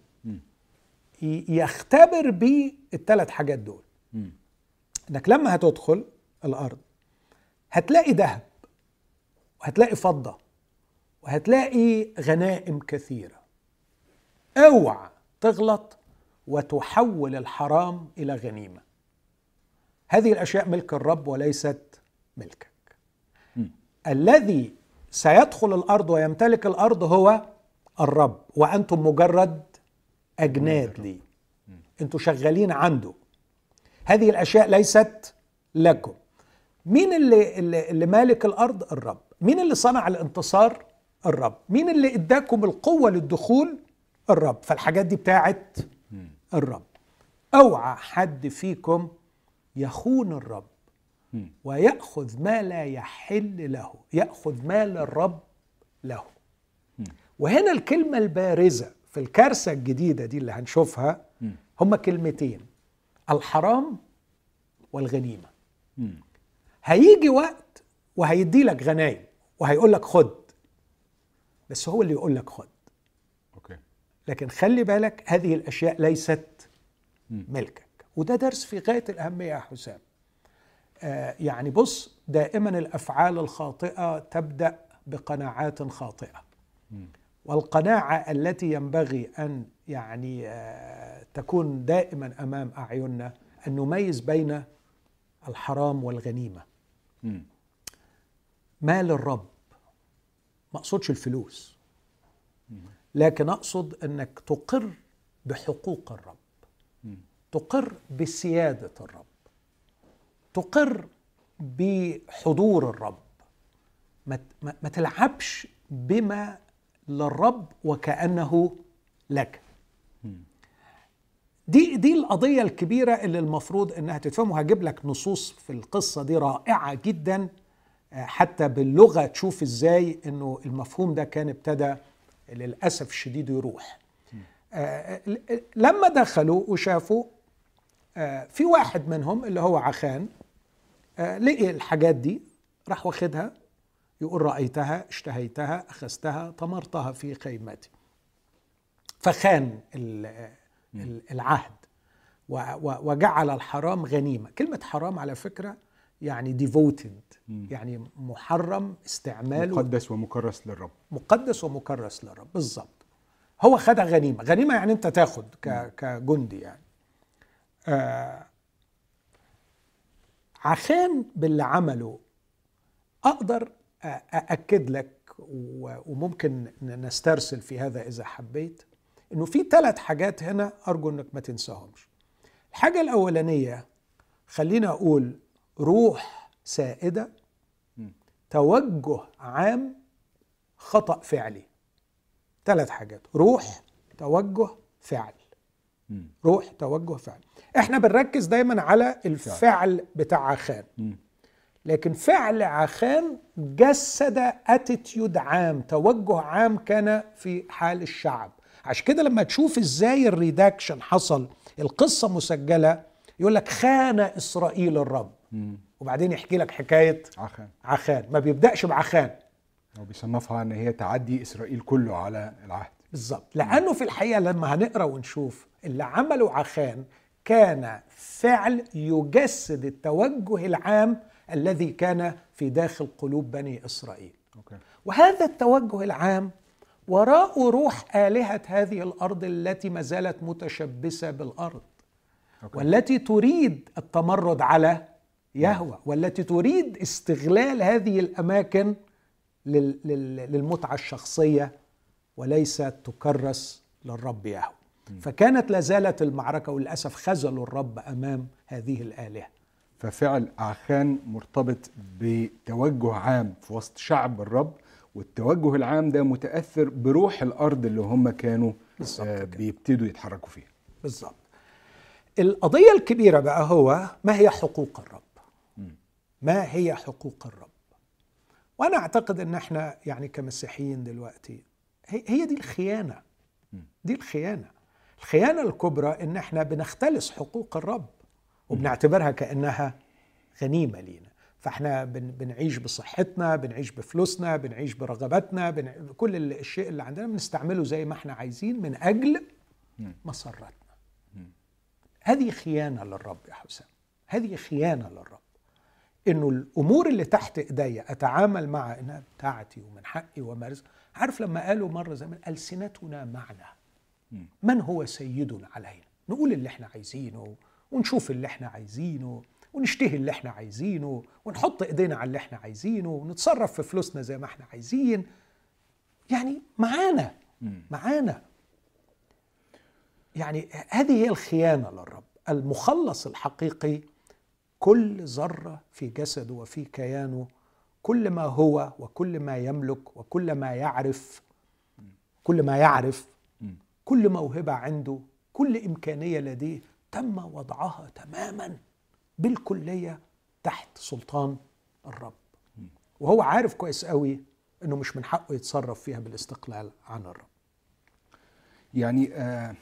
يختبر بيه الثلاث حاجات دول. م. انك لما هتدخل الارض هتلاقي ذهب، وهتلاقي فضة، وهتلاقي غنائم كثيرة. اوعى تغلط وتحول الحرام الى غنيمة. هذه الاشياء ملك الرب وليست ملكك. م. الذي سيدخل الارض ويمتلك الارض هو الرب، وانتم مجرد أجناد لي، أنتوا شغالين عنده. هذه الأشياء ليست لكم. مين اللي, اللي, اللي مالك الأرض؟ الرب. مين اللي صنع الانتصار؟ الرب. مين اللي إداكم القوة للدخول؟ الرب. فالحاجات دي بتاعت الرب. أوعى حد فيكم يخون الرب ويأخذ ما لا يحل له، يأخذ مال الرب له. وهنا الكلمة البارزة في الكارثة الجديدة دي اللي هنشوفها هما كلمتين: الحرام والغنيمة. م. هيجي وقت وهيدي لك غنايم وهيقول لك خد، بس هو اللي يقول لك خد. أوكي. لكن خلي بالك هذه الأشياء ليست م. ملكك. وده درس في غاية الأهمية يا حسام. آه يعني بص، دائما الأفعال الخاطئة تبدأ بقناعات خاطئة. م. والقناعة التي ينبغي أن يعني تكون دائما أمام أعيننا أن نميز بين الحرام والغنيمة. م. مال الرب، ما أقصدش الفلوس، لكن أقصد أنك تقر بحقوق الرب، م. تقر بسيادة الرب، تقر بحضور الرب. ما, ما تلعبش بما للرب وكأنه لك. دي دي القضية الكبيرة اللي المفروض انها تتفهم. وهجيب لك نصوص في القصة دي رائعة جدا، حتى باللغة تشوف ازاي انه المفهوم ده كان ابتدى للأسف الشديد يروح. لما دخلوا وشافوا في واحد منهم اللي هو عخان لقي الحاجات دي، راح واخدها، يقول رأيتها، اشتهيتها، أخذتها، طمرتها في خيمتي. فخان العهد وجعل الحرام غنيمة. كلمة حرام على فكرة يعني devoted، يعني محرم استعماله، مقدس ومكرس للرب. مقدس ومكرس للرب بالضبط. هو خدها غنيمة. غنيمة يعني أنت تاخد كجندي يعني. آه عخان باللي عمله أقدر أأكد لك، وممكن نسترسل في هذا إذا حبيت، إنه في ثلاث حاجات هنا أرجو إنك ما تنساهمش. الحاجة الأولانية خلينا أقول روح سائدة، توجه عام، خطأ فعلي. ثلاث حاجات: روح، توجه، فعل. روح، توجه، فعل. احنا بنركز دايما على الفعل بتاع عخان، لكن فعل عخان جسد اتيتيود عام، توجه عام كان في حال الشعب. عشان كده لما تشوف ازاي الريداكشن حصل، القصة مسجلة، يقول لك خان إسرائيل الرب، مم. وبعدين يحكي لك حكاية عخان عخان، ما بيبدأش بعخان. هو بيصنفها ان هي تعدي اسرائيل كله على العهد بالظبط، لأنه في الحقيقة لما هنقرأ ونشوف اللي عمله عخان كان فعل يجسد التوجه العام الذي كان في داخل قلوب بني إسرائيل. أوكي. وهذا التوجه العام وراء روح آلهة هذه الأرض التي ما زالت متشبثة بالأرض. أوكي. والتي تريد التمرد على يهوه، والتي تريد استغلال هذه الأماكن للمتعة الشخصية وليس تكرس للرب يهوه. فكانت لازالت المعركة، وللأسف خذلوا الرب أمام هذه الآلهة. ففعل عخان مرتبط بتوجه عام في وسط شعب الرب، والتوجه العام ده متأثر بروح الأرض اللي هم كانوا آه بيبتدوا يتحركوا فيها. بالضبط. القضية الكبيرة بقى هو ما هي حقوق الرب؟ ما هي حقوق الرب؟ وأنا أعتقد أن احنا يعني كمسيحيين دلوقتي هي دي الخيانة. دي الخيانة الخيانة الكبرى، أن احنا بنختلس حقوق الرب وبنعتبرها كأنها غنيمة لينا. فاحنا بنعيش بصحتنا، بنعيش بفلوسنا، بنعيش برغباتنا، بنع... كل الشيء اللي عندنا بنستعمله زي ما احنا عايزين من أجل مسرتنا. هذه خيانة للرب يا حسام، هذه خيانة للرب. إنه الأمور اللي تحت إيديا أتعامل مع إنها بتاعتي ومن حقي ومارس. عارف لما قالوا مرة زمان ألسنتنا معنا، من هو سيدنا علينا؟ نقول اللي احنا عايزينه ونشوف اللي احنا عايزينه ونشتهي اللي احنا عايزينه ونحط ايدينا على اللي احنا عايزينه ونتصرف في فلوسنا زي ما احنا عايزين. يعني معانا معانا يعني هذه هي الخيانة للرب. المخلص الحقيقي كل ذرة في جسده وفي كيانه، كل ما هو وكل ما يملك وكل ما يعرف، كل ما يعرف كل موهبة عنده، كل إمكانية لديه تم وضعها تماما بالكلية تحت سلطان الرب. وهو عارف كويس قوي أنه مش من حقه يتصرف فيها بالاستقلال عن الرب. يعني آه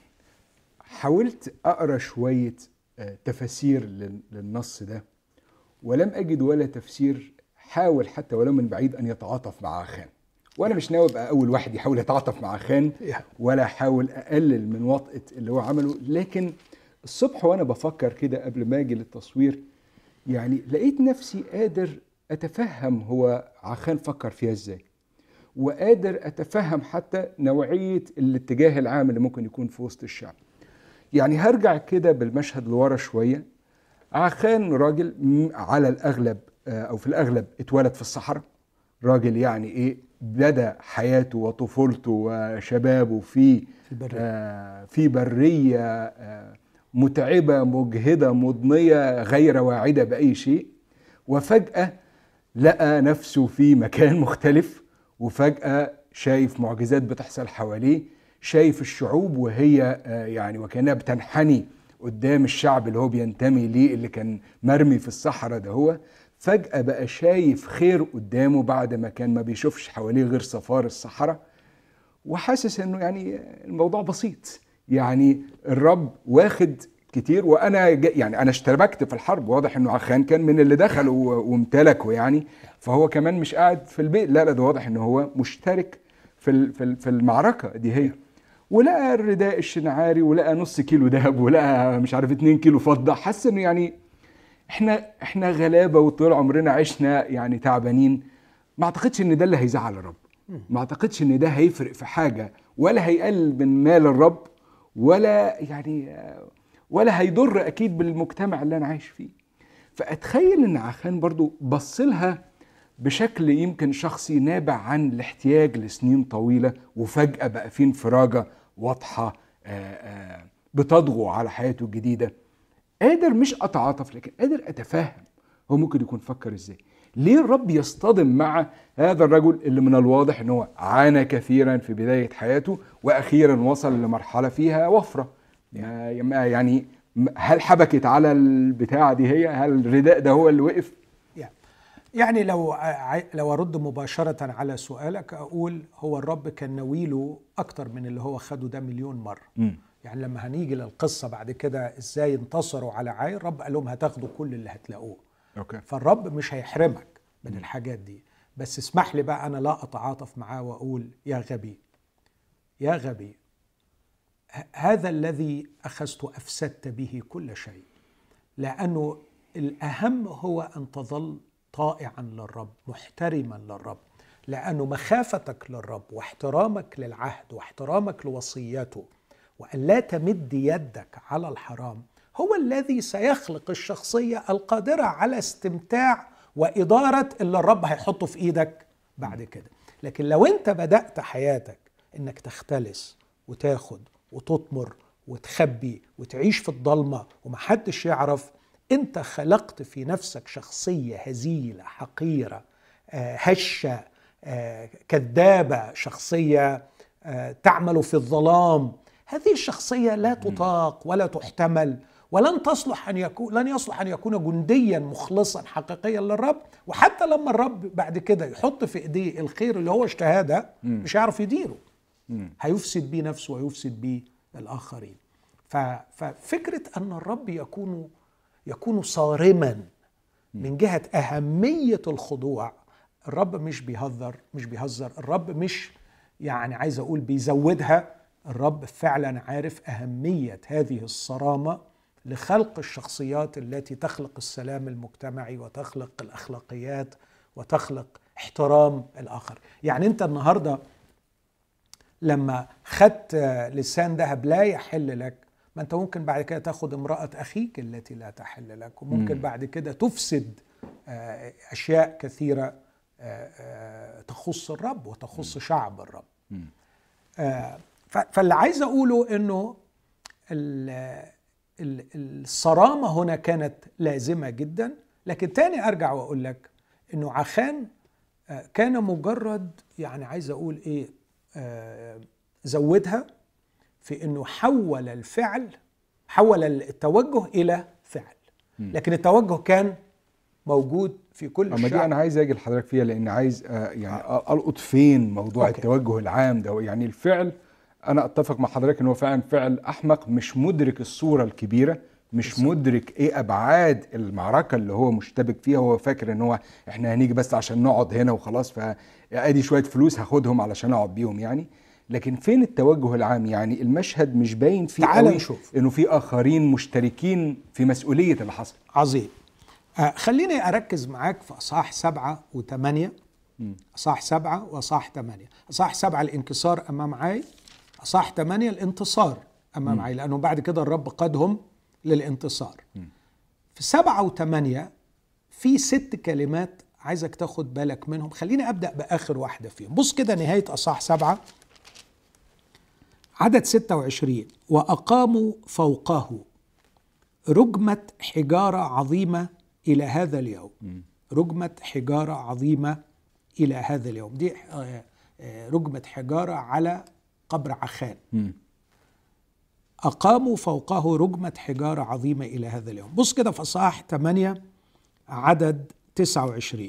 حاولت أقرأ شوية آه تفاسير للنص ده، ولم أجد ولا تفسير حاول حتى ولو من بعيد أن يتعاطف مع عخان. وأنا مش ناوي أبقى أول واحد يحاول يتعاطف مع عخان ولا أحاول أقلل من وطأة اللي هو عمله. لكن الصبح وأنا بفكر كده قبل ما أجي للتصوير، يعني لقيت نفسي قادر أتفهم هو عخان فكر فيها إزاي، وقادر أتفهم حتى نوعية الاتجاه العام اللي ممكن يكون في وسط الشعب. يعني هرجع كده بالمشهد لورا شوية. عخان راجل على الأغلب أو في الأغلب اتولد في الصحراء، راجل يعني إيه بدأ حياته وطفولته وشبابه في البرية. آه في برية آه متعبة مجهدة مضنية غير واعدة بأي شيء، وفجأة لقى نفسه في مكان مختلف، وفجأة شايف معجزات بتحصل حواليه، شايف الشعوب وهي آه يعني وكأنها بتنحني قدام الشعب اللي هو بينتمي ليه اللي كان مرمي في الصحراء ده. هو فجأة بقى شايف خير قدامه بعد ما كان ما بيشوفش حواليه غير صفار الصحراء، وحاسس انه يعني الموضوع بسيط. يعني الرب واخد كتير، وانا يعني انا اشتبكت في الحرب. واضح انه عخان كان من اللي دخلوا وامتلكوا يعني، فهو كمان مش قاعد في البيت، لا لا ده واضح انه هو مشترك في في المعركة دي هي. ولقى الرداء الشنعاري ولقى نص كيلو ذهب ولقى مش عارف اتنين كيلو فضة. حس انه يعني احنا احنا غلابة وطول عمرنا عشنا يعني تعبانين. ما اعتقدش ان ده اللي هيزعل الرب، ما اعتقدش ان ده هيفرق في حاجة، ولا هيقلل من مال الرب، ولا يعني ولا هيضر اكيد بالمجتمع اللي انا عايش فيه. فاتخيل ان عخان برضو بصلها بشكل يمكن شخصي نابع عن الاحتياج لسنين طويلة، وفجأة بقى في انفراجة واضحة بتضغو على حياته الجديدة. قادر مش اتعاطف لكن قادر اتفهم هو ممكن يكون فكر ازاي. ليه الرب يصطدم مع هذا الرجل اللي من الواضح ان هو عانى كثيرا في بداية حياته واخيرا وصل لمرحلة فيها وفرة؟ يعني هل حبكت على البتاعة دي هي؟ هل الرداء ده هو اللي وقف؟ يعني لو ع- لو أرد مباشرة على سؤالك أقول هو الرب كان ناويله أكتر من اللي هو خده ده مليون مرة. مم. يعني لما هنيجي للقصة بعد كده إزاي انتصروا على عاي، الرب قال لهم هتاخدوا كل اللي هتلاقوه. اوكي. فالرب مش هيحرمك من الحاجات دي، بس اسمح لي بقى أنا لا أتعاطف معاه وأقول يا غبي يا غبي، ه- هذا الذي أخذت أفسدت به كل شيء. لأنه الأهم هو أن تظل طائعا للرب، محترما للرب، لأنه مخافتك للرب واحترامك للعهد واحترامك لوصيته وأن لا تمد يدك على الحرام هو الذي سيخلق الشخصية القادرة على استمتاع وإدارة اللي الرب هيحطه في إيدك بعد كده. لكن لو أنت بدأت حياتك إنك تختلس وتاخد وتطمر وتخبي وتعيش في الضلمة ومحدش يعرف، أنت خلقت في نفسك شخصية هزيلة حقيرة هشة كذابة، شخصية تعمل في الظلام. هذه الشخصية لا تطاق ولا تحتمل، ولن تصلح أن يكون لن يصلح أن يكون جنديا مخلصا حقيقيا للرب. وحتى لما الرب بعد كده يحط في إيديه الخير اللي هو اشتهاه ده مش هيعرف يديره، هيفسد بيه نفسه ويفسد بيه الآخرين. ففكرة أن الرب يكون يكون صارما من جهة أهمية الخضوع. الرب مش بيهزر مش بيهزر الرب مش يعني عايز أقول بيزودها. الرب فعلا عارف أهمية هذه الصرامة لخلق الشخصيات التي تخلق السلام المجتمعي وتخلق الأخلاقيات وتخلق احترام الآخر. يعني أنت النهاردة لما خدت لسان ذهب لا يحل لك، ما أنت ممكن بعد كده تاخد امرأة أخيك التي لا تحل لك، وممكن بعد كده تفسد أشياء كثيرة تخص الرب وتخص شعب الرب. فاللي عايز أقوله أنه الصرامة هنا كانت لازمة جدا. لكن تاني أرجع وأقول لك أنه عخان كان مجرد يعني عايز أقول إيه زودها في أنه حول الفعل حول التوجه إلى فعل، لكن التوجه كان موجود في كل اما الشعب. دي انا عايز اجي لحضرتك فيها لان عايز آه يعني آه. القط فين موضوع أوكي. التوجه العام ده. يعني الفعل انا اتفق مع حضرتك ان هو فعلا فعل احمق، مش مدرك الصوره الكبيره، مش بالزبط. مدرك ايه ابعاد المعركه اللي هو مشتبك فيها. هو فاكر ان هو احنا هنيجي بس عشان نقعد هنا وخلاص، فادي شويه فلوس هاخدهم علشان اقعد بيهم يعني. لكن فين التوجه العام؟ يعني المشهد مش باين فيه قوي انه في اخرين مشتركين في مسؤوليه اللي حصل. عظيم. آه خليني أركز معاك في أصحاح سبعة وثمانية. أصحاح سبعة وأصحاح ثمانية. أصحاح سبعة الانكسار أمام عاي، أصحاح ثمانية الانتصار أمام م. عاي، لأنه بعد كده الرب قادهم للانتصار. م. في سبعة وثمانية في ست كلمات عايزك تاخد بالك منهم. خليني أبدأ بآخر واحدة فيهم. بص كده نهاية أصحاح سبعة عدد ستة وعشرين: وأقاموا فوقه رجمة حجارة عظيمة إلى هذا اليوم. رجمة حجارة عظيمة إلى هذا اليوم. دي رجمة حجارة على قبر عخان. أقاموا فوقه رجمة حجارة عظيمة إلى هذا اليوم. بص كده في أصحاح ثمانية عدد تسعة وعشرين: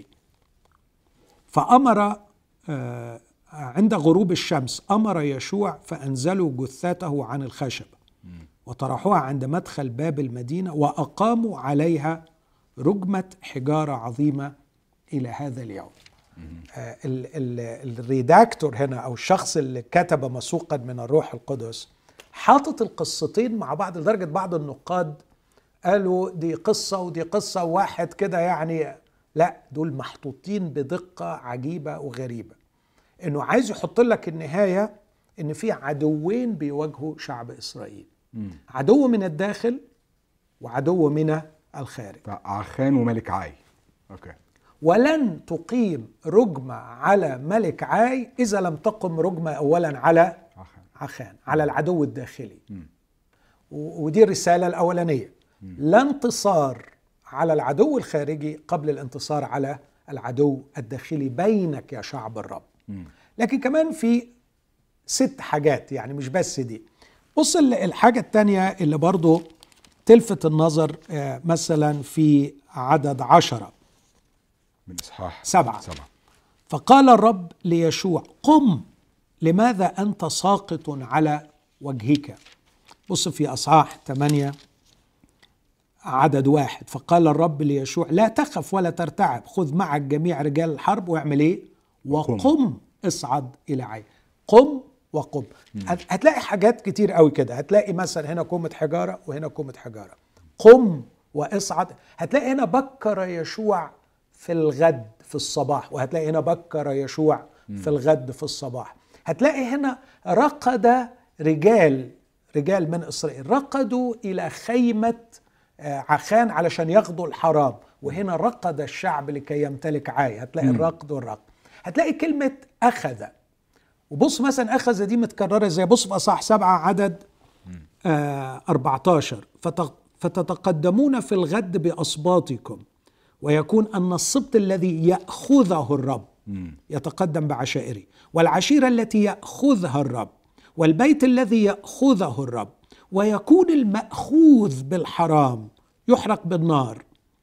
فأمر عند غروب الشمس أمر يشوع فأنزلوا جثته عن الخشب وطرحوها عند مدخل باب المدينة وأقاموا عليها رجمة حجارة عظيمة إلى هذا اليوم. آه الريداكتور هنا أو الشخص اللي كتب مسوقا من الروح القدس حاطط القصتين مع بعض، لدرجة بعض النقاد قالوا دي قصة ودي قصة واحد كده يعني. لا، دول محطوطين بدقة عجيبة وغريبة، إنه عايز يحط لك النهاية إن في عدوين بيواجهوا شعب إسرائيل. م. عدو من الداخل وعدو من الخارج. عخان وملك عاي. أوكي. ولن تقيم رجمة على ملك عاي إذا لم تقم رجمة أولا على عخان, عخان على العدو الداخلي. م. ودي الرسالة الأولانية. م. لا انتصار على العدو الخارجي قبل الانتصار على العدو الداخلي بينك يا شعب الرب. م. لكن كمان في ست حاجات، يعني مش بس دي. بص الحاجة التانية اللي برضو تلفت النظر مثلا في عدد عشرة: من إصحاح سبعة. سبعة. فقال الرب ليشوع قم، لماذا أنت ساقط على وجهك؟ بص في أصحاح ثمانية عدد واحد. فقال الرب ليشوع لا تخف ولا ترتعب، خذ معك جميع رجال الحرب واعمل ايه؟ وقم اصعد إلى عين. قم وقم. هتلاقي حاجات كتير قوي كده، هتلاقي مثلا هنا كومة حجارة وهنا كومة حجارة. قم واصعد. هتلاقي هنا بكر يشوع في الغد في الصباح، وهتلاقي هنا بكر يشوع في الغد في الصباح. هتلاقي هنا رقد رجال رجال من إسرائيل، رقدوا إلى خيمة عخان علشان ياخدوا الحرام، وهنا رقد الشعب لكي يمتلك عاي. هتلاقي م. الرقد والرقد. هتلاقي كلمة أخذ. وبص مثلا أخذ دي متكررة زي بص في أصحاح سبعة عدد آه أربعة عشر. فتتقدمون في الغد بأصباطكم، ويكون أن السبط الذي يأخذه الرب يتقدم بعشائره، والعشيرة التي يأخذها الرب، والبيت الذي يأخذه الرب، ويكون المأخوذ بالحرام يحرق بالنار،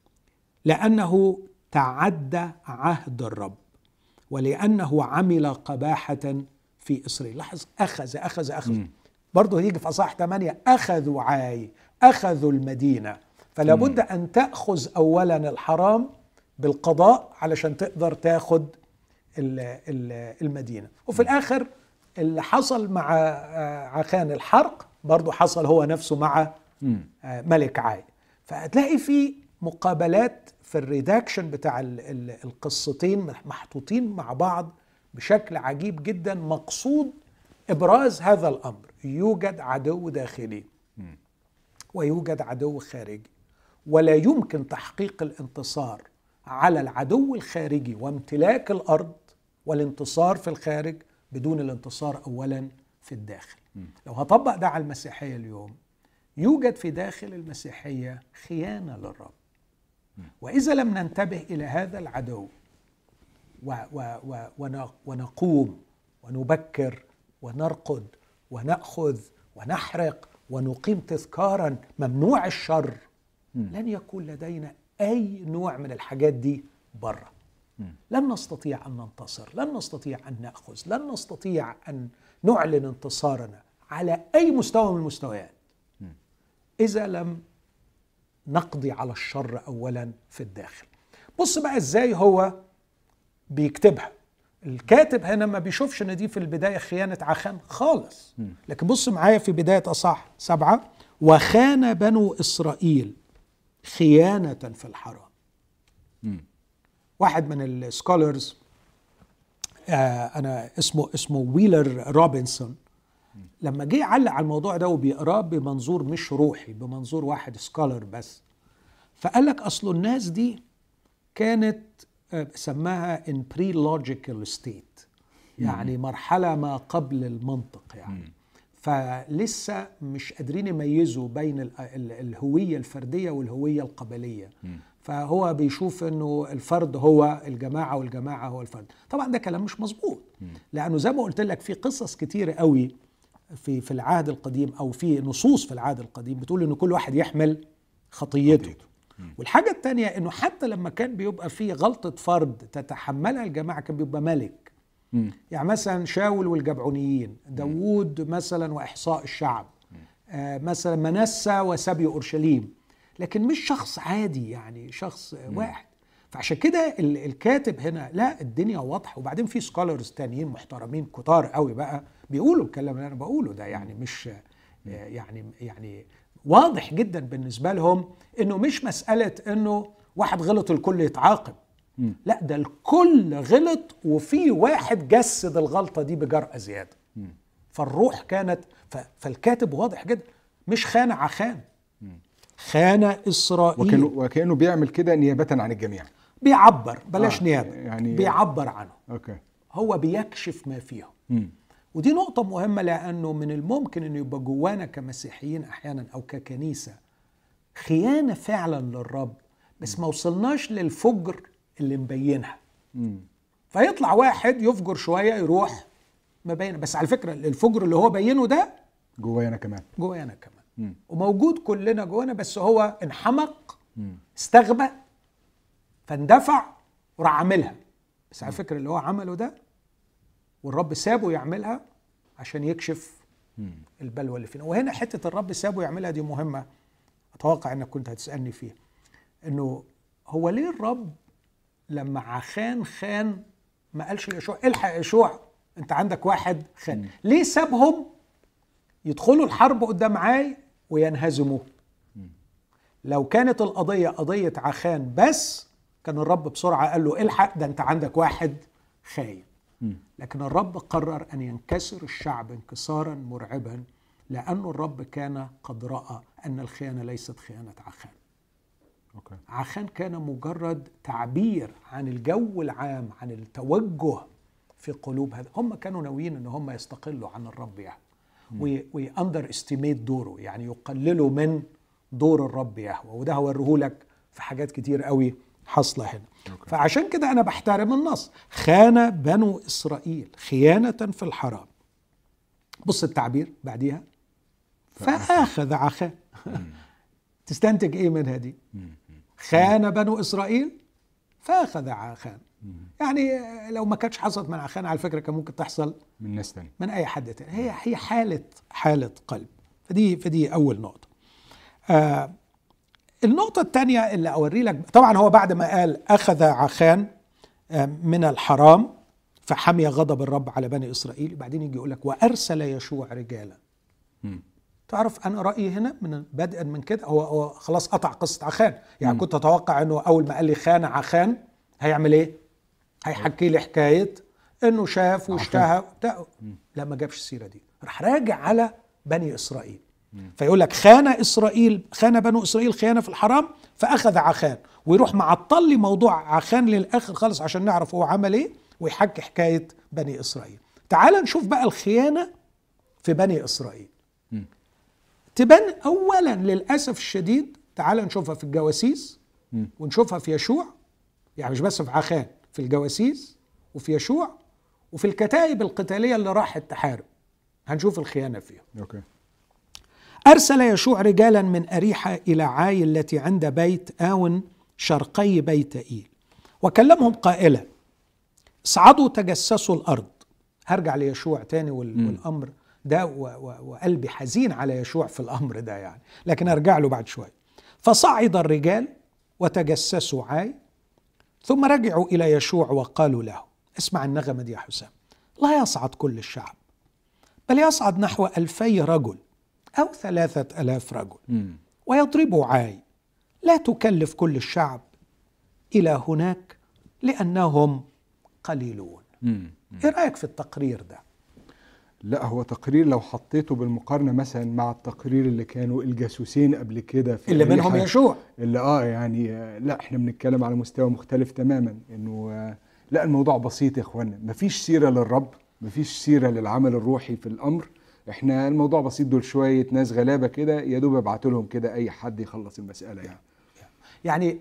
لأنه تعدى عهد الرب ولأنه عمل قباحة في إسرائيل. لاحظ أخذ أخذ أخذ. برضه هيجي في أصحاح ثمانية أخذوا عاي، أخذوا المدينة. فلا بد أن تأخذ أولا الحرام بالقضاء علشان تقدر تاخد المدينة. وفي الآخر اللي حصل مع عخان الحرق برضو حصل هو نفسه مع ملك عاي. فهتلاقي في مقابلات في الريداكشن بتاع القصتين محطوطين مع بعض بشكل عجيب جدا، مقصود إبراز هذا الأمر. يوجد عدو داخلي ويوجد عدو خارجي، ولا يمكن تحقيق الانتصار على العدو الخارجي وامتلاك الأرض والانتصار في الخارج بدون الانتصار أولا في الداخل. م. لو هطبق ده على المسيحية اليوم، يوجد في داخل المسيحية خيانة للرب. م. وإذا لم ننتبه إلى هذا العدو و و و ونقوم ونبكر ونرقد ونأخذ ونحرق ونقيم تذكارا ممنوع الشر، م. لن يكون لدينا أي نوع من الحاجات دي بره. لن نستطيع أن ننتصر، لن نستطيع أن نأخذ، لن نستطيع أن نعلن انتصارنا على أي مستوى من المستويات إذا لم نقضي على الشر أولا في الداخل. بص بقى إزاي هو بيكتبها. الكاتب هنا ما بيشوفش ان دي في البداية خيانة عخان خالص، لكن بص معايا في بداية أصحاح سبعة. وخان بنو إسرائيل خيانة في الحرام. م. واحد من السكولرز آه أنا اسمه اسمه ويلر روبنسون، لما جه علق على الموضوع ده وبيقراه بمنظور مش روحي، بمنظور واحد سكولر بس، فقال لك أصل الناس دي كانت آه سماها in pre-logical state، يعني م. مرحلة ما قبل المنطق يعني. م. فلسه مش قادرين يميزوا بين الهوية الفردية والهوية القبلية. م. فهو بيشوف انه الفرد هو الجماعة والجماعة هو الفرد. طبعا ده كلام مش مظبوط، لانه زي ما قلت لك في قصص كتير قوي في في العهد القديم او في نصوص في العهد القديم بتقول انه كل واحد يحمل خطيته. والحاجة التانية انه حتى لما كان بيبقى في غلطة فرد تتحملها الجماعة كان بيبقى ملك. م. يعني مثلا شاول والجبعونيين، داوود مثلا وإحصاء الشعب، آه مثلا منسى وسبي أورشليم، لكن مش شخص عادي، يعني شخص م. واحد. فعشان كده الكاتب هنا لا الدنيا واضحة. وبعدين في سكولرز تانيين محترمين كتار قوي بقى بيقولوا الكلام اللي أنا بقوله ده، يعني مش يعني يعني واضح جدا بالنسبة لهم إنه مش مسألة إنه واحد غلط الكل يتعاقب، م. لا ده الكل غلط وفي واحد جسد الغلطة دي بجرأة زيادة. م. فالروح كانت فالكاتب واضح جدا مش خانة عخان، خانة إسرائيل. وكانه, وكأنه بيعمل كده نيابة عن الجميع، بيعبر بلاش آه نيابة يعني بيعبر عنه. أوكي. هو بيكشف ما فيهم. م. ودي نقطة مهمة، لأنه من الممكن أن يبقى جوانا كمسيحيين أحيانا أو ككنيسة خيانة فعلا للرب، بس ما وصلناش للفجر اللي مبينها. م. فيطلع واحد يفجر شوية يروح مبينه، بس على فكرة الفجر اللي هو بينه ده جوانا كمان جوانا كمان م. وموجود كلنا جوانا، بس هو انحمق، م. استغبى، فاندفع وراح عاملها. بس على فكرة اللي هو عمله ده والرب سابه يعملها عشان يكشف البلوى اللي فينا. وهنا حتة الرب سابه يعملها دي مهمة، أتوقع أنك كنت هتسألني فيها، أنه هو ليه الرب لما عخان خان ما قالش ليشوع الحق يشوع أنت عندك واحد خان؟ ليه سابهم يدخلوا الحرب قدام عاي وينهزموا؟ لو كانت القضية قضية عخان بس كان الرب بسرعة قال له الحق ده أنت عندك واحد خاين. لكن الرب قرر أن ينكسر الشعب انكسارا مرعبا، لأن الرب كان قد رأى أن الخيانة ليست خيانة عخان. أوكي. عخان كان مجرد تعبير عن الجو العام، عن التوجه في قلوب هذا. هم كانوا ناويين أن هم يستقلوا عن الرب يعني ويأندر استيميت دوره، يعني يقللوا من دور الرب يهوه. وده هوريه لك في حاجات كتير قوي حصلة هنا. أوكي. فعشان كده أنا بحترم النص. خان بنو إسرائيل خيانة في الحرام. بص التعبير بعديها، فأخذ عخان. تستنتج إيه منها دي؟ خان بنو إسرائيل فأخذ عخان. يعني لو ما كانتش حصلت من عخان على فكرة كان ممكن تحصل من ناس تاني، من أي حد تاني. هي هي حالة حالة قلب. فدي فدي أول نقطة. آه النقطة الثانية اللي أوري لك، طبعا هو بعد ما قال أخذ عخان من الحرام فحمي غضب الرب على بني إسرائيل، بعدين يجي يقول لك وأرسل يشوع رجالا. م. تعرف أنا رأيي هنا من بدءا من كده هو, هو خلاص قطع قصة عخان. يعني م. كنت أتوقع أنه أول ما قال لي خان عخان هيعمل إيه؟ هيحكي لي حكاية أنه شاف واشتهى. لا، ما جابش السيرة دي، راح راجع على بني إسرائيل. فيقول لك خان إسرائيل، خان بنو إسرائيل خيانة في الحرام فأخذ عخان، ويروح معطل لي موضوع عخان للآخر خالص عشان نعرف هو عمل إيه ويحكي حكاية بني إسرائيل. تعال نشوف بقى الخيانة في بني إسرائيل. م. تبان أولا للأسف الشديد، تعال نشوفها في الجواسيس م. ونشوفها في يشوع، يعني مش بس في عخان، في الجواسيس وفي يشوع وفي الكتائب القتالية اللي راحت تحارب هنشوف الخيانة فيها. أوكي. أرسل يشوع رجالا من أريحة إلى عاي التي عند بيت آون شرقي بيت إيل، وكلمهم قائلا اصعدوا تجسسوا الأرض. هرجع ليشوع تاني والأمر ده وقلبي حزين على يشوع في الأمر ده يعني، لكن أرجع له بعد شوي. فصعد الرجال وتجسسوا عاي، ثم رجعوا إلى يشوع وقالوا له، اسمع النغمة دي يا حسام، لا يصعد كل الشعب بل يصعد نحو ألفي رجل أو ثلاثة ألاف رجل مم. ويضربوا عاي، لا تكلف كل الشعب إلى هناك لأنهم قليلون. مم. مم. إيه رأيك في التقرير ده؟ لا، هو تقرير لو حطيته بالمقارنة مثلا مع التقرير اللي كانوا الجاسوسين قبل كده في اللي منهم يشوع، اللي آه يعني لا احنا بنتكلم على مستوى مختلف تماما. إنه لا، الموضوع بسيط يا إخوانا، مفيش سيرة للرب، مفيش سيرة للعمل الروحي في الأمر. احنا الموضوع بسيط، دول شوية ناس غلابة كده يا دوب ابعتوا لهم كده اي حد يخلص المسألة يعني. يعني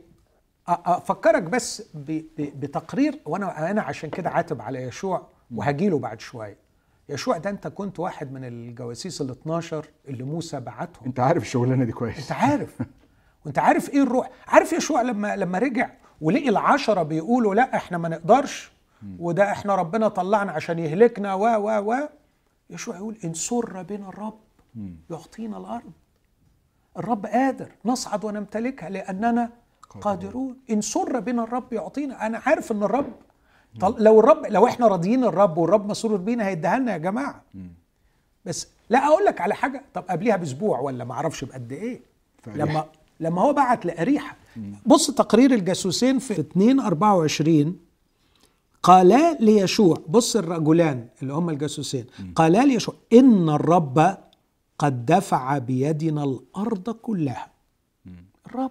افكرك بس بتقرير، وانا انا عشان كده عاتب على يشوع وهجيله بعد شوية. يشوع ده انت كنت واحد من الجواسيس ال اتناشر اللي موسى بعتهم. انت عارف الشغلانة دي كويس. انت عارف وانت عارف ايه الروح. عارف يشوع لما لما رجع ولقي العشرة بيقولوا لا احنا ما نقدرش وده احنا ربنا طلعنا عشان يهلكنا و و و يشوع يقول إن سر بنا الرب يعطينا الأرض. الرب قادر، نصعد ونمتلكها لأننا قادرون. إن سر بنا الرب يعطينا. أنا عارف إن الرب لو الرب لو إحنا راضيين الرب والرب مسرور بينا هيديها لنا يا جماعة. بس لا أقول لك على حاجة، طب قبليها بأسبوع ولا ما أعرفش بقد إيه لما لما هو بعت لأريحة. بص تقرير الجاسوسين في اتنين أربعة وعشرين، قالا ليشوع، بص الرجلان اللي هم الجاسوسين، قالا ليشوع إن الرب قد دفع بيدنا الأرض كلها. الرب.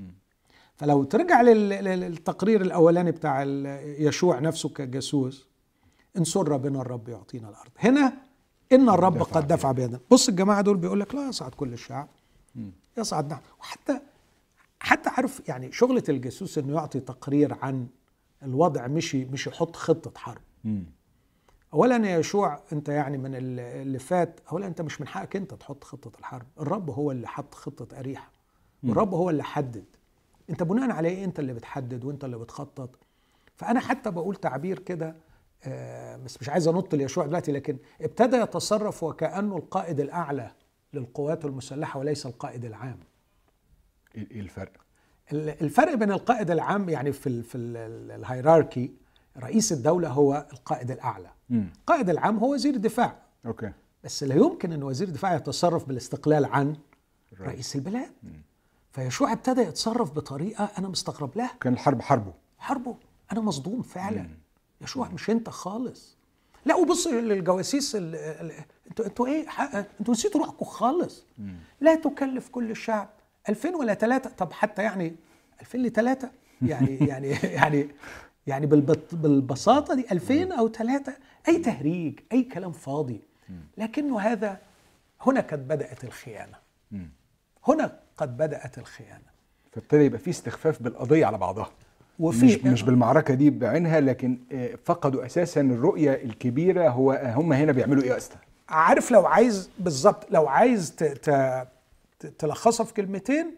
فلو ترجع للتقرير الأولاني بتاع يشوع نفسه كجاسوس، إن سر بنا الرب يعطينا الأرض، هنا إن الرب قد دفع بيدنا. بص الجماعة دول بيقول لك لا يصعد كل الشعب، يصعد نحن. وحتى حتى عارف يعني شغلة الجاسوس إنه يعطي تقرير عن الوضع، مش مش يحط خطة حرب. مم. اولا يا يشوع انت يعني من اللي فات، اولا انت مش من حقك انت تحط خطة الحرب، الرب هو اللي حط خطة أريحة والرب هو اللي حدد. انت بناء على ايه انت اللي بتحدد وانت اللي بتخطط؟ فأنا حتى بقول تعبير كده، بس مش عايز أنط ليشوع دلوقتي، لكن ابتدى يتصرف وكأنه القائد الأعلى للقوات المسلحة وليس القائد العام. ايه الفرق؟ الفرق بين القائد العام يعني في ال في الهيراركي، رئيس الدولة هو القائد الأعلى. م. القائد العام هو وزير الدفاع. أوكي. بس لا يمكن أن وزير الدفاع يتصرف بالاستقلال عن الرئيس. رئيس البلاد. م. فيشوع ابتدى يتصرف بطريقة أنا مستغرب لها. كان الحرب حربه حربه أنا مصدوم فعلا. م. يشوع مش أنت خالص. لا وبص للجواسيس، انتوا انتوا ايه، انتوا نسيتوا روحكم خالص. م. لا تكلف كل الشعب ألفين ولا ثلاثة. طب حتى يعني ألفين لثلاثة يعني يعني يعني يعني بالبساطة دي ألفين أو ثلاثة، أي تهريج، أي كلام فاضي. لكنه هذا هنا قد بدأت الخيانة. هنا قد بدأت الخيانة. فابتدى يبقى في استخفاف بالقضية على بعضها، وفي مش, مش بالمعركة دي بعينها، لكن فقدوا أساسا الرؤية الكبيرة. هو هم هنا بيعملوا إيه أصلا؟ عارف لو عايز بالظبط، لو عايز تلخصها في كلمتين،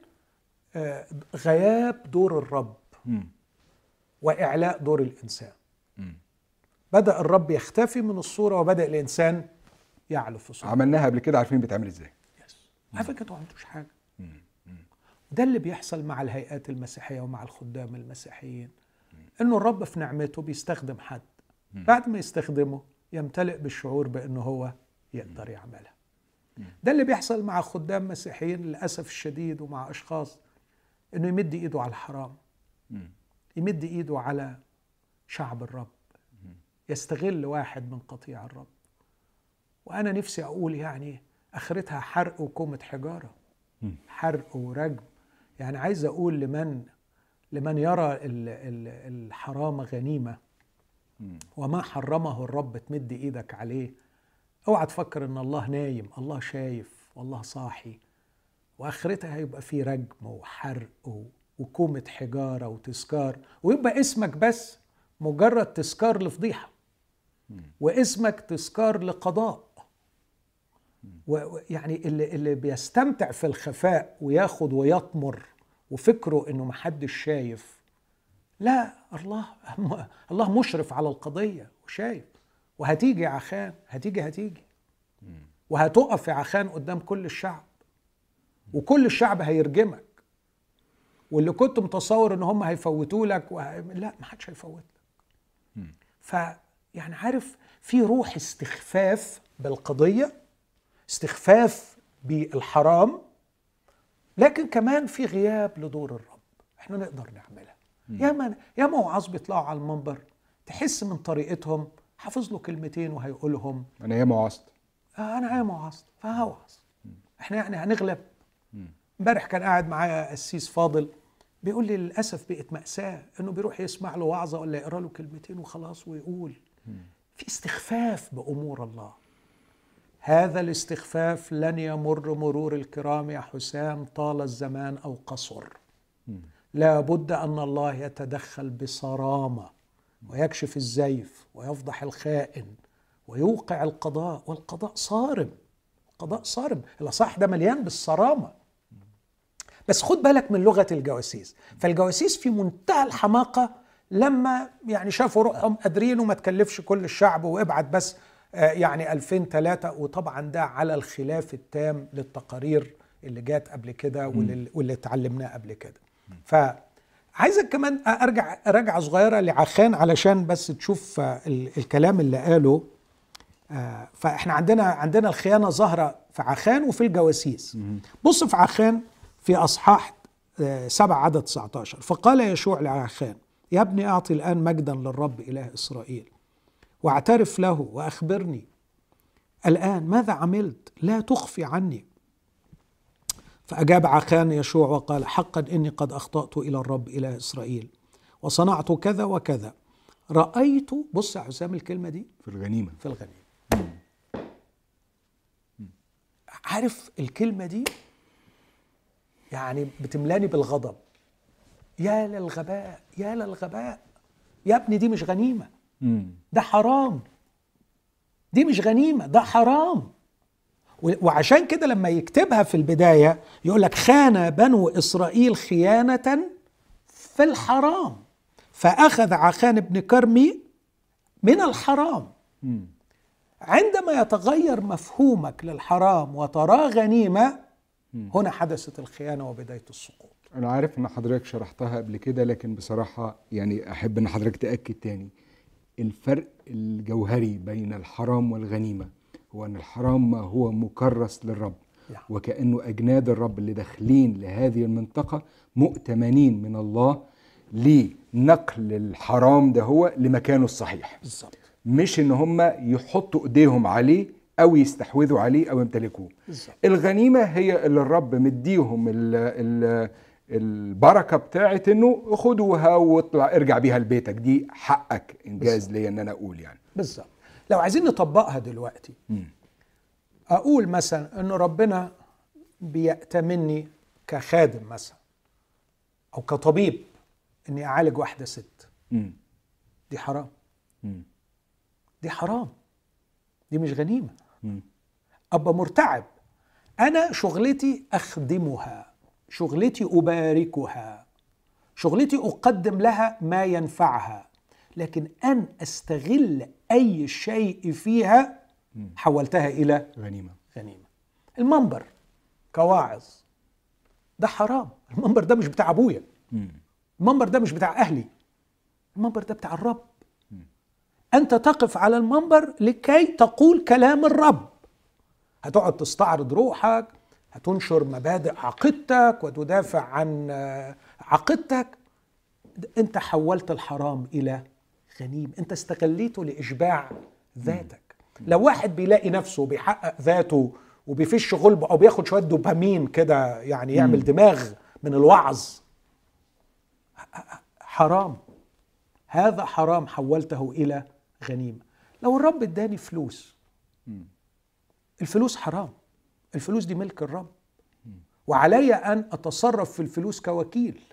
غياب دور الرب م. وإعلاء دور الإنسان. م. بدأ الرب يختفي من الصورة وبدأ الإنسان يعلو في الصورة. عملناها قبل كده، عارفين بتعمل إزاي. يس. على فكرة ما عملتوش حاجة. م. م. ده اللي بيحصل مع الهيئات المسيحية ومع الخدام المسيحيين، م. إنه الرب في نعمته بيستخدم حد، م. بعد ما يستخدمه يمتلئ بالشعور بأنه هو يقدر يعملها. م. ده اللي بيحصل مع خدام مسيحيين للأسف الشديد، ومع أشخاص إنه يمد إيده على الحرام، م. يمد إيده على شعب الرب، يستغل واحد من قطيع الرب. وأنا نفسي أقول يعني آخرتها حرق وكومة حجارة، حرق ورجم. يعني عايز أقول لمن لمن يرى الحرام غنيمة وما حرمه الرب تمد إيدك عليه، اوعى تفكر إن الله نايم. الله شايف والله صاحي، وآخرتها هيبقى فيه رجم وحرق وكومة حجارة وتذكار، ويبقى اسمك بس مجرد تذكار لفضيحة، واسمك تذكار لقضاء. ويعني اللي, اللي بيستمتع في الخفاء وياخد ويطمر وفكره انه محدش شايف، لا، الله الله مشرف على القضية وشايف. وهتيجي يا عخان، هتيجي هتيجي وهتقف يا عخان قدام كل الشعب، وكل الشعب هيرجمك. واللي كنت متصور ان هم هيفوتوا لك وه... لا، ما حدش هيفوت لك. فيعني عارف، في روح استخفاف بالقضية، استخفاف بالحرام، لكن كمان في غياب لدور الرب. احنا نقدر نعملها. ياما ياما وعظ بيطلعوا على المنبر تحس من طريقتهم حافظ له كلمتين وهيقولهم انا ياما وعظت، آه انا ياما وعظت فهوعظ. احنا يعني هنغلب. امبارح كان قاعد معايا قسيس فاضل بيقول لي للأسف بقت مأساة إنه بيروح يسمع له وعظة ولا يقرأ له كلمتين وخلاص ويقول. في استخفاف بأمور الله. هذا الاستخفاف لن يمر مرور الكرام يا حسام طال الزمان أو قصر. لا بد أن الله يتدخل بصرامة ويكشف الزيف ويفضح الخائن ويوقع القضاء، والقضاء صارم. القضاء صارم. الأصح ده مليان بالصرامة. بس خد بالك من لغة الجواسيس. فالجواسيس في منتهى الحماقة لما يعني شافوا روحهم قادرين وما تكلفش كل الشعب وابعت بس يعني ألفين ثلاثة، وطبعا ده على الخلاف التام للتقارير اللي جات قبل كده واللي اتعلمناه قبل كده. فعايزك كمان ارجع رجعة صغيرة لعخان علشان بس تشوف الكلام اللي قاله. فاحنا عندنا عندنا الخيانة ظاهرة في عخان وفي الجواسيس. بص في عخان في أصحاح سبعة عدد تسعة عشر، فقال يشوع لعخان يا ابني أعطي الآن مجدا للرب إله إسرائيل واعترف له وأخبرني الآن ماذا عملت، لا تخفي عني. فأجاب عخان يشوع وقال حقا إني قد أخطأت إلى الرب إله إسرائيل وصنعت كذا وكذا. رأيت، بص يا حسام الكلمة دي، في الغنيمة في الغنيمة. عارف الكلمة دي يعني بتملاني بالغضب. يا للغباء، يا للغباء يا ابني، دي مش غنيمة، ده حرام. دي مش غنيمة، ده حرام. وعشان كده لما يكتبها في البداية يقول لك خان بنو إسرائيل خيانة في الحرام فأخذ عخان بن كرمي من الحرام. مم. عندما يتغير مفهومك للحرام وتراه غنيمة، هنا حدثت الخيانة وبداية السقوط. أنا عارف إن حضرتك شرحتها قبل كده، لكن بصراحة يعني أحب إن حضرتك تأكد تاني الفرق الجوهري بين الحرام والغنيمة. هو أن الحرام ما هو مكرس للرب، يعني. وكأنه أجناد الرب اللي داخلين لهذه المنطقة مؤتمنين من الله لنقل الحرام ده هو لمكانه الصحيح. بالظبط. مش إن هم يحطوا إيديهم عليه أو يستحوذوا عليه أو يمتلكوه. بالظبط. الغنيمة هي اللي الرب مديهم ال ال البركة بتاعت إنه خدوها واطلع ارجع بيها لبيتك، دي حقك، إنجاز ليا إن أنا أقول يعني. بالظبط. لو عايزين نطبقها دلوقتي، م. أقول مثلا إنه ربنا بيأتمني كخادم مثلا أو كطبيب إني أعالج واحدة ست. م. دي حرام. م. دي حرام، دي مش غنيمة. م. أبقى مرتعب. أنا شغلتي أخدمها، شغلتي أباركها، شغلتي أقدم لها ما ينفعها، لكن أن أستغل أي شيء فيها حولتها إلى غنيمة. غنيمة. المنبر كواعظ ده حرام. المنبر ده مش بتاع أبويا، م. المنبر ده مش بتاع أهلي، المنبر ده بتاع الرب. أنت تقف على المنبر لكي تقول كلام الرب. هتقعد تستعرض روحك، هتنشر مبادئ عقيدتك وتدافع عن عقيدتك. أنت حولت الحرام إلى غنيمة، أنت استغليته لإشباع ذاتك. لو واحد بيلاقي نفسه بيحقق ذاته وبيفش غلبه أو بياخد شوية دوبامين كده، يعني يعمل دماغ من الوعظ، حرام. هذا حرام، حولته إلى غنيمة. لو الرب اداني فلوس، الفلوس حرام، الفلوس دي ملك الرب، وعلي أن أتصرف في الفلوس كوكيل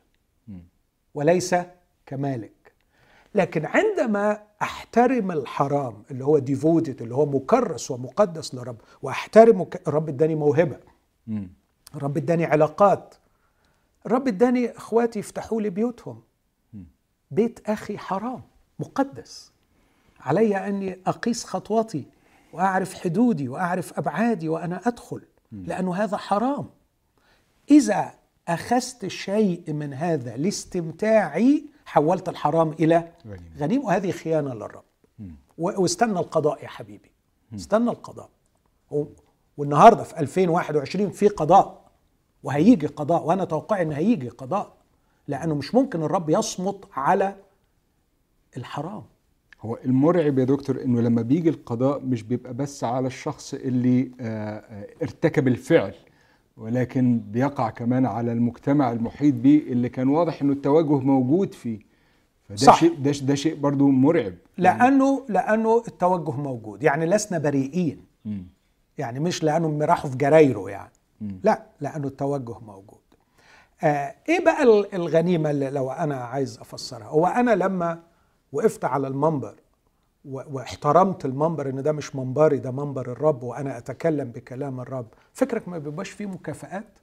وليس كمالك. لكن عندما أحترم الحرام اللي هو ديفوتد، اللي هو مكرس ومقدس للرب، وأحترم الرب اداني موهبة، الرب اداني علاقات، الرب اداني اخواتي يفتحوا لي بيوتهم. بيت أخي حرام مقدس، علي أني أقيس خطوتي وأعرف حدودي وأعرف أبعادي وأنا أدخل، لأنه هذا حرام. إذا أخذت شيء من هذا لاستمتاعي حولت الحرام إلى غنيم, غنيم وهذه خيانة للرب. واستنى القضاء يا حبيبي، استنى القضاء. والنهاردة في ألفين وواحد وعشرين في قضاء، وهيجي قضاء، وأنا توقعي أن هيجي قضاء، لأنه مش ممكن الرب يصمت على الحرام. هو المرعب يا دكتور انه لما بيجي القضاء مش بيبقى بس على الشخص اللي ارتكب الفعل، ولكن بيقع كمان على المجتمع المحيط به اللي كان واضح انه التوجه موجود فيه. فده صح. شيء ده, ده شيء برضو مرعب، لانه لانه التوجه موجود، يعني لسنا بريئين. م. يعني مش لانه راحوا في جرايره يعني، م. لا، لانه التوجه موجود. آه ايه بقى الغنيمه اللي لو انا عايز افسرها؟ هو انا لما وقفت على المنبر واحترمت المنبر ان ده مش منبري، ده منبر الرب، وانا اتكلم بكلام الرب، فكرك ما بيبقاش فيه مكافآت؟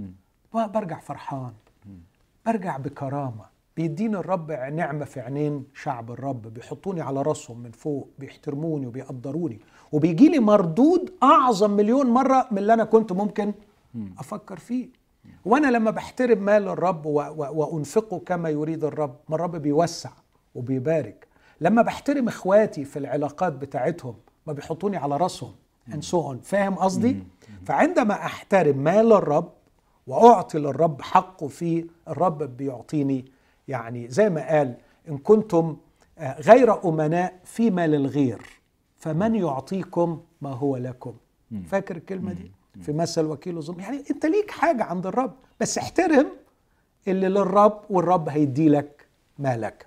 برجع فرحان، برجع بكرامة، بيديني الرب نعمة في عينين شعب الرب، بيحطوني على راسهم من فوق، بيحترموني وبيقدروني، وبيجي لي مردود اعظم مليون مرة من اللي انا كنت ممكن افكر فيه. وانا لما بحترم مال الرب وانفقه كما يريد الرب، ما الرب بيوسع وبيبارك. لما بحترم اخواتي في العلاقات بتاعتهم، ما بيحطوني على راسهم and so on. فاهم قصدي؟ فعندما احترم مال الرب واعطي للرب حقه فيه، الرب بيعطيني، يعني زي ما قال ان كنتم غير امناء فيما للغير فمن يعطيكم ما هو لكم. فاكر الكلمة دي في مثل وكيل الظلم؟ يعني انت ليك حاجة عند الرب، بس احترم اللي للرب والرب هيدي لك ما لك.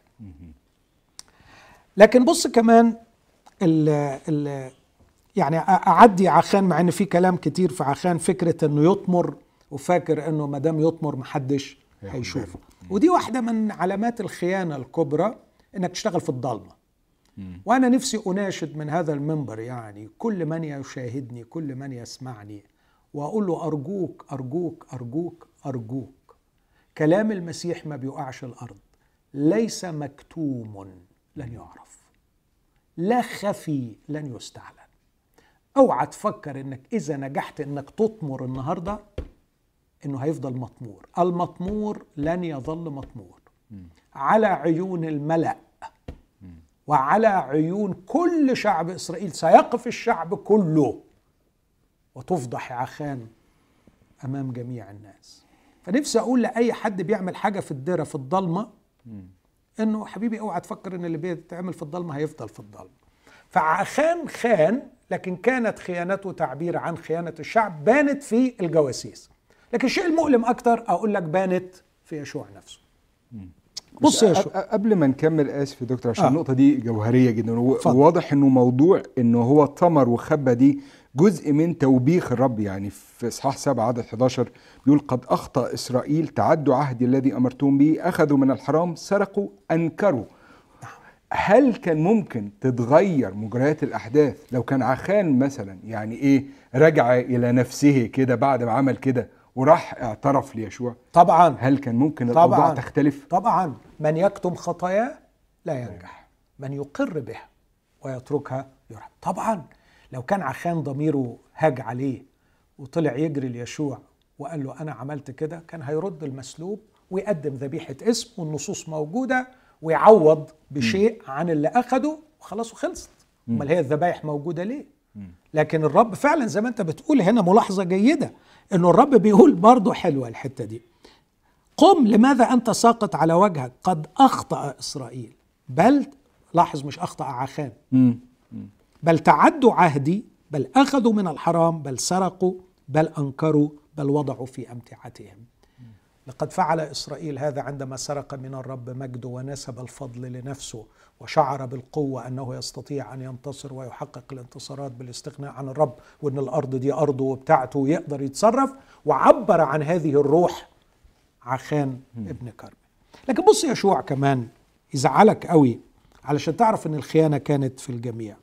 لكن بص كمان ال ال يعني أعدي عخان، مع أن في كلام كتير في عخان، فكرة أنه يطمر وفاكر أنه مدام يطمر محدش هيشوفه. ودي واحدة من علامات الخيانة الكبرى، أنك تشتغل في الضلمة. وأنا نفسي أناشد من هذا المنبر يعني كل من يشاهدني، كل من يسمعني، وأقول له أرجوك أرجوك أرجوك أرجوك، كلام المسيح ما بيقعش الأرض، ليس مكتوم لن يعرف، لا خفي لن يستعلن. اوعى تفكر انك اذا نجحت انك تطمر النهارده انه هيفضل مطمور. المطمور لن يظل مطمور على عيون الملأ وعلى عيون كل شعب إسرائيل. سيقف الشعب كله وتفضح عخان أمام جميع الناس. فنفسي أقول لأي حد بيعمل حاجة في الدرة في الضلمة إنه حبيبي اوعى تفكر إن اللي بيتعمل في الضلمة هيفضل في الضلمة. فعخان خان، لكن كانت خيانته تعبير عن خيانة الشعب، بانت في الجواسيس. لكن الشيء المؤلم أكتر أقول لك بانت في يشوع نفسه. بص يا شو. قبل ما نكمل، اسف يا دكتور عشان آه. النقطه دي جوهريه جدا، وواضح انه موضوع انه هو طمر وخبى دي جزء من توبيخ الرب. يعني في اصحاح سبعة عدد حداشر بيقول: قد اخطا اسرائيل، تعدوا عهدي الذي امرتهم به، اخذوا من الحرام، سرقوا، انكروا. هل كان ممكن تتغير مجريات الاحداث لو كان عخان مثلا يعني ايه رجع الى نفسه كده بعد ما عمل كده وراح اعترف ليشوع؟ طبعا. هل كان ممكن الاوضاع تختلف؟ طبعا. من يكتم خطاياه لا ينجح، من يقر بها ويتركها يرحم. طبعا لو كان عخان ضميره هاج عليه وطلع يجري ليشوع وقال له انا عملت كده، كان هيرد المسلوب ويقدم ذبيحة اسم والنصوص موجودة ويعوض بشيء عن اللي اخده وخلاص وخلصت. امال هي الذبايح موجودة ليه؟ لكن الرب فعلا زي ما انت بتقول هنا ملاحظة جيدة، انه الرب بيقول برضو حلوة الحتة دي: قم لماذا أنت ساقط على وجهك؟ قد أخطأ إسرائيل، بل لاحظ مش أخطأ عخان، بل تعدوا عهدي، بل أخذوا من الحرام، بل سرقوا، بل أنكروا، بل وضعوا في أمتعتهم. لقد فعل إسرائيل هذا عندما سرق من الرب مجده ونسب الفضل لنفسه وشعر بالقوة أنه يستطيع أن ينتصر ويحقق الانتصارات بالاستغناء عن الرب، وأن الأرض دي أرضه وبتاعته ويقدر يتصرف، وعبر عن هذه الروح عخان ابن كرمي. لكن بص يشوع كمان يزعلك قوي علشان تعرف أن الخيانة كانت في الجميع.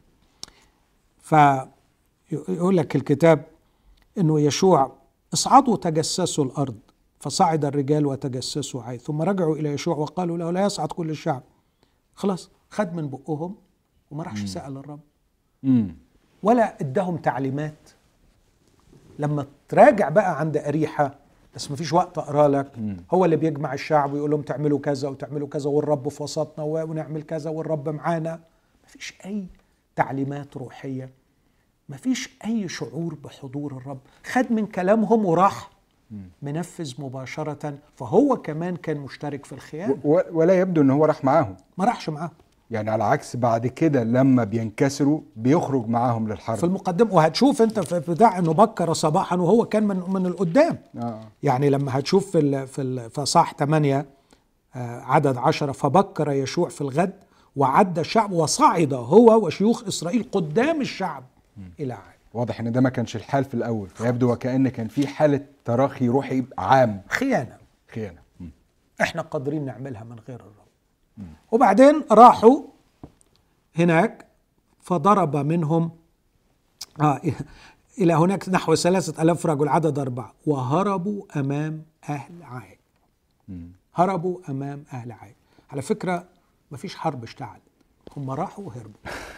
فيقول لك الكتاب أنه يشوع اصعدوا تجسسوا الأرض، فصعد الرجال وتجسسوا عي، ثم رجعوا إلى يشوع وقالوا له لا يصعد كل الشعب. خلاص خد من بقهم وما راحش سأل الرب مم. ولا ادهم تعليمات. لما تراجع بقى عند أريحة، بس ما فيش وقت أقرأ لك، مم. هو اللي بيجمع الشعب ويقول لهم تعملوا كذا وتعملوا كذا والرب في وسطنا ونعمل كذا والرب معانا. ما فيش أي تعليمات روحية، ما فيش أي شعور بحضور الرب. خد من كلامهم وراح منفذ مباشرة. فهو كمان كان مشترك في الخيانة، ولا يبدو ان هو راح معاهم، ما راحش معاهم. يعني على عكس بعد كده لما بينكسروا بيخرج معاهم للحرب في المقدمة. وهتشوف انت في بتاع انه بكر صباحا وهو كان من من القدام. آه. يعني لما هتشوف في ال في ال في صح ثمانية آه عدد عشرة: فبكر يشوع في الغد وعد الشعب وصعد هو وشيوخ إسرائيل قدام الشعب م. إلى عاد. واضح ان ده ما كانش الحال في الاول، فيبدو وكأن كان في حالة تراخي روحي عام، خيانة خيانة م. احنا قادرين نعملها من غير الرب. م. وبعدين راحوا هناك فضرب منهم آه إلى هناك نحو ثلاثة ألاف رجل، عدد أربعة، وهربوا أمام أهل عاي. م. هربوا أمام أهل عاي. على فكرة ما فيش حرب اشتعلت، هم راحوا وهربوا.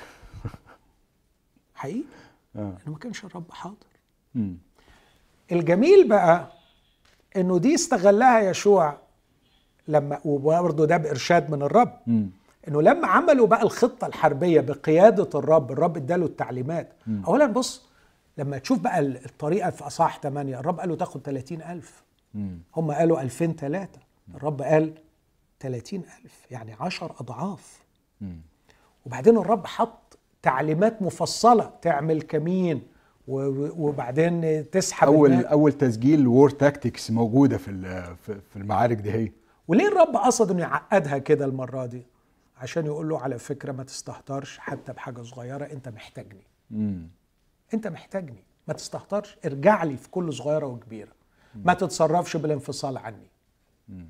حقيقي آه. إنه ما كانش الرب حاضر. م. الجميل بقى إنه دي استغلها يشوع لما، وبرضه ده بإرشاد من الرب، م. إنه لما عملوا بقى الخطة الحربية بقيادة الرب، الرب اداله التعليمات. م. أولا بص لما تشوف بقى الطريقة في أصحاح ثمانية، الرب قالوا تاخد ثلاثين ألف، م. هم قالوا ألفين ثلاثة، الرب قال ثلاثين ألف، يعني عشر أضعاف. م. وبعدين الرب حط تعليمات مفصلة، تعمل كمين وبعدين تسحب أول الماء. أول تسجيل وور تاكتكس موجودة في في المعارك دي هي. وليه الرب قصد إنه يعقدها كده المرة دي؟ عشان يقول له على فكرة ما تستهترش حتى بحاجة صغيرة، أنت محتاجني. مم. أنت محتاجني، ما تستهترش، ارجع لي في كل صغيرة وكبيرة. مم. ما تتصرفش بالانفصال عني. مم.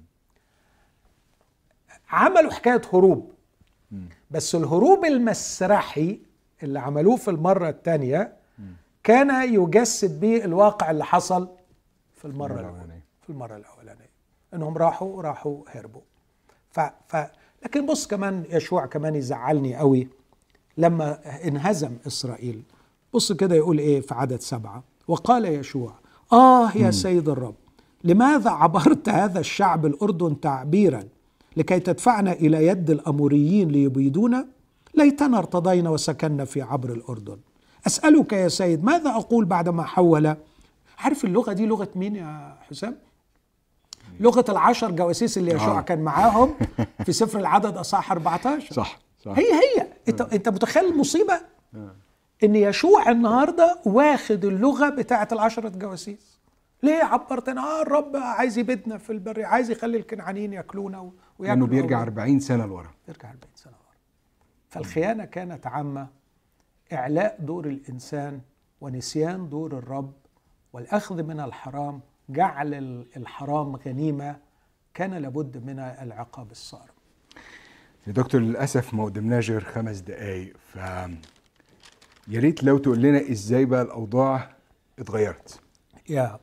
عملوا حكاية هروب، مم. بس الهروب المسرحي اللي عملوه في المرة الثانية كان يجسد به الواقع اللي حصل في المرة الأولانية. في المرة الأولانية إنهم راحوا راحوا هربوا. ف... ف... لكن بص كمان يشوع كمان يزعلني قوي لما انهزم إسرائيل. بص كده يقول إيه في عدد سبعة: وقال يشوع آه يا سيد الرب، لماذا عبرت هذا الشعب الأردن تعبيرا لكي تدفعنا إلى يد الأموريين ليبيدونا؟ ليتنا ارتضينا وسكننا في عبر الأردن. أسألك يا سيد ماذا أقول بعدما حول؟ عارف اللغة دي لغة مين يا حسام؟ لغة العشر جواسيس اللي يشوع كان معاهم في سفر العدد أصحاح أربعة عشر. صح صح. هي هي انت انت متخيل المصيبة؟ ان يشوع النهارده واخد اللغة بتاعة العشرة جواسيس. ليه عبرتنا؟ اه الرب عايز يبيدنا في البر، عايز يخلي الكنعانيين ياكلونا وياكلوا. لانه بيرجع أربعين سنة لورا. بيرجع أربعين سنة لورا. فالخيانة كانت عامة، إعلاء دور الإنسان ونسيان دور الرب والأخذ من الحرام، جعل الحرام غنيمة، كان لابد من العقاب الصارم. يا دكتور للأسف ما قدمناش غير خمس دقايق، ف يا ريت لو تقول لنا ازاي بقى الأوضاع اتغيرت. يا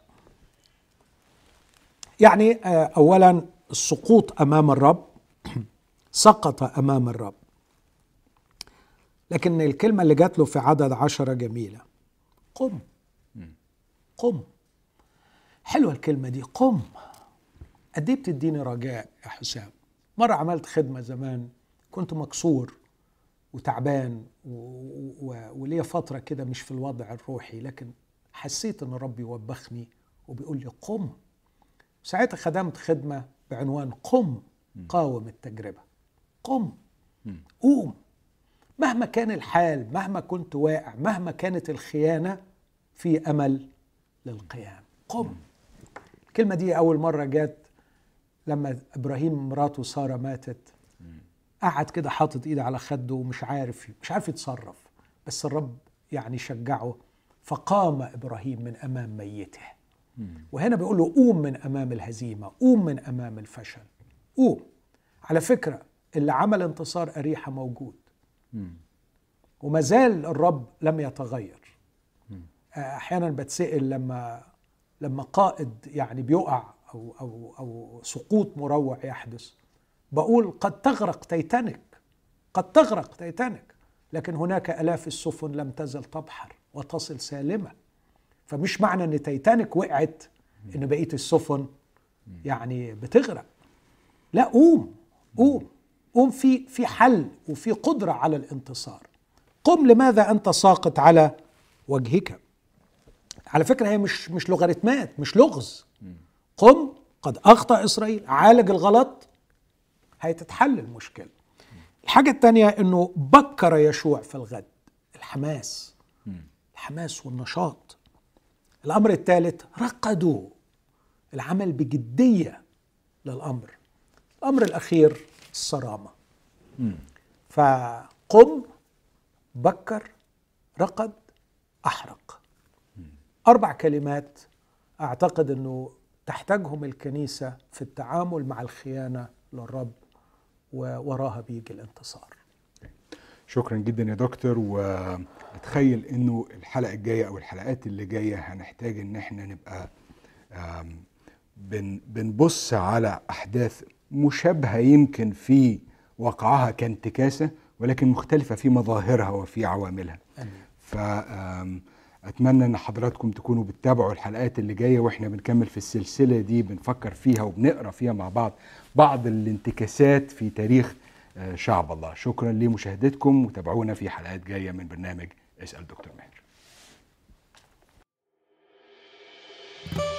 يعني أولا السقوط أمام الرب، سقط أمام الرب. لكن الكلمة اللي جات له في عدد عشرة جميلة: قم قم. حلوة الكلمة دي، قم. قد ايه بتديني رجاء يا حسام. مرة عملت خدمة زمان، كنت مكسور وتعبان وليا فترة كده مش في الوضع الروحي، لكن حسيت ان ربي يوبخني وبيقول لي قم. ساعتها خدمت خدمة بعنوان قم قاوم التجربة. قم، قوم. مهما كان الحال، مهما كنت واقع، مهما كانت الخيانة، في أمل للقيام. قم. الكلمة دي أول مرة جات لما إبراهيم مراته سارة ماتت. قعد كده حاطط إيده على خده ومش عارف مش عارف يتصرف، بس الرب يعني شجعه، فقام إبراهيم من أمام ميته. وهنا بيقول له قوم من أمام الهزيمة، قوم من أمام الفشل، قوم. على فكرة اللي عمل انتصار أريحة موجود، وما زال الرب لم يتغير. أحيانا بتسأل لما لما قائد يعني بيقع أو, أو, أو سقوط مروع يحدث، بقول قد تغرق تيتانيك، قد تغرق تيتانيك، لكن هناك آلاف السفن لم تزل تبحر وتصل سالمة. فمش معنى ان تيتانيك وقعت ان بقية السفن يعني بتغرق. لا، قوم قوم قوم، في في حل وفي قدرة على الانتصار. قم، لماذا أنت ساقط على وجهك؟ على فكرة هي مش مش لوغاريتمات، مش لغز. قم، قد أخطأ إسرائيل، عالج الغلط، هيتتحل المشكلة. الحاجة الثانية أنه بكر يشوع في الغد، الحماس الحماس والنشاط. الأمر الثالث رقدوا، العمل بجدية للأمر. الأمر الأخير الصرامة. فقم، بكر، رقد، أحرق. أربع كلمات أعتقد أنه تحتاجهم الكنيسة في التعامل مع الخيانة للرب، ووراها بيجي الانتصار. شكرا جدا يا دكتور. واتخيل انه الحلقة الجاية او الحلقات اللي جاية هنحتاج ان احنا نبقى بن بنبص على احداث مشابهة يمكن في وقعها كانتكاسة، ولكن مختلفة في مظاهرها وفي عواملها. فأتمنى أن حضراتكم تكونوا بتتابعوا الحلقات اللي جاية، وإحنا بنكمل في السلسلة دي، بنفكر فيها وبنقرأ فيها مع بعض بعض الانتكاسات في تاريخ شعب الله. شكرا لمشاهدتكم، وتابعونا في حلقات جاية من برنامج اسأل دكتور ماهر.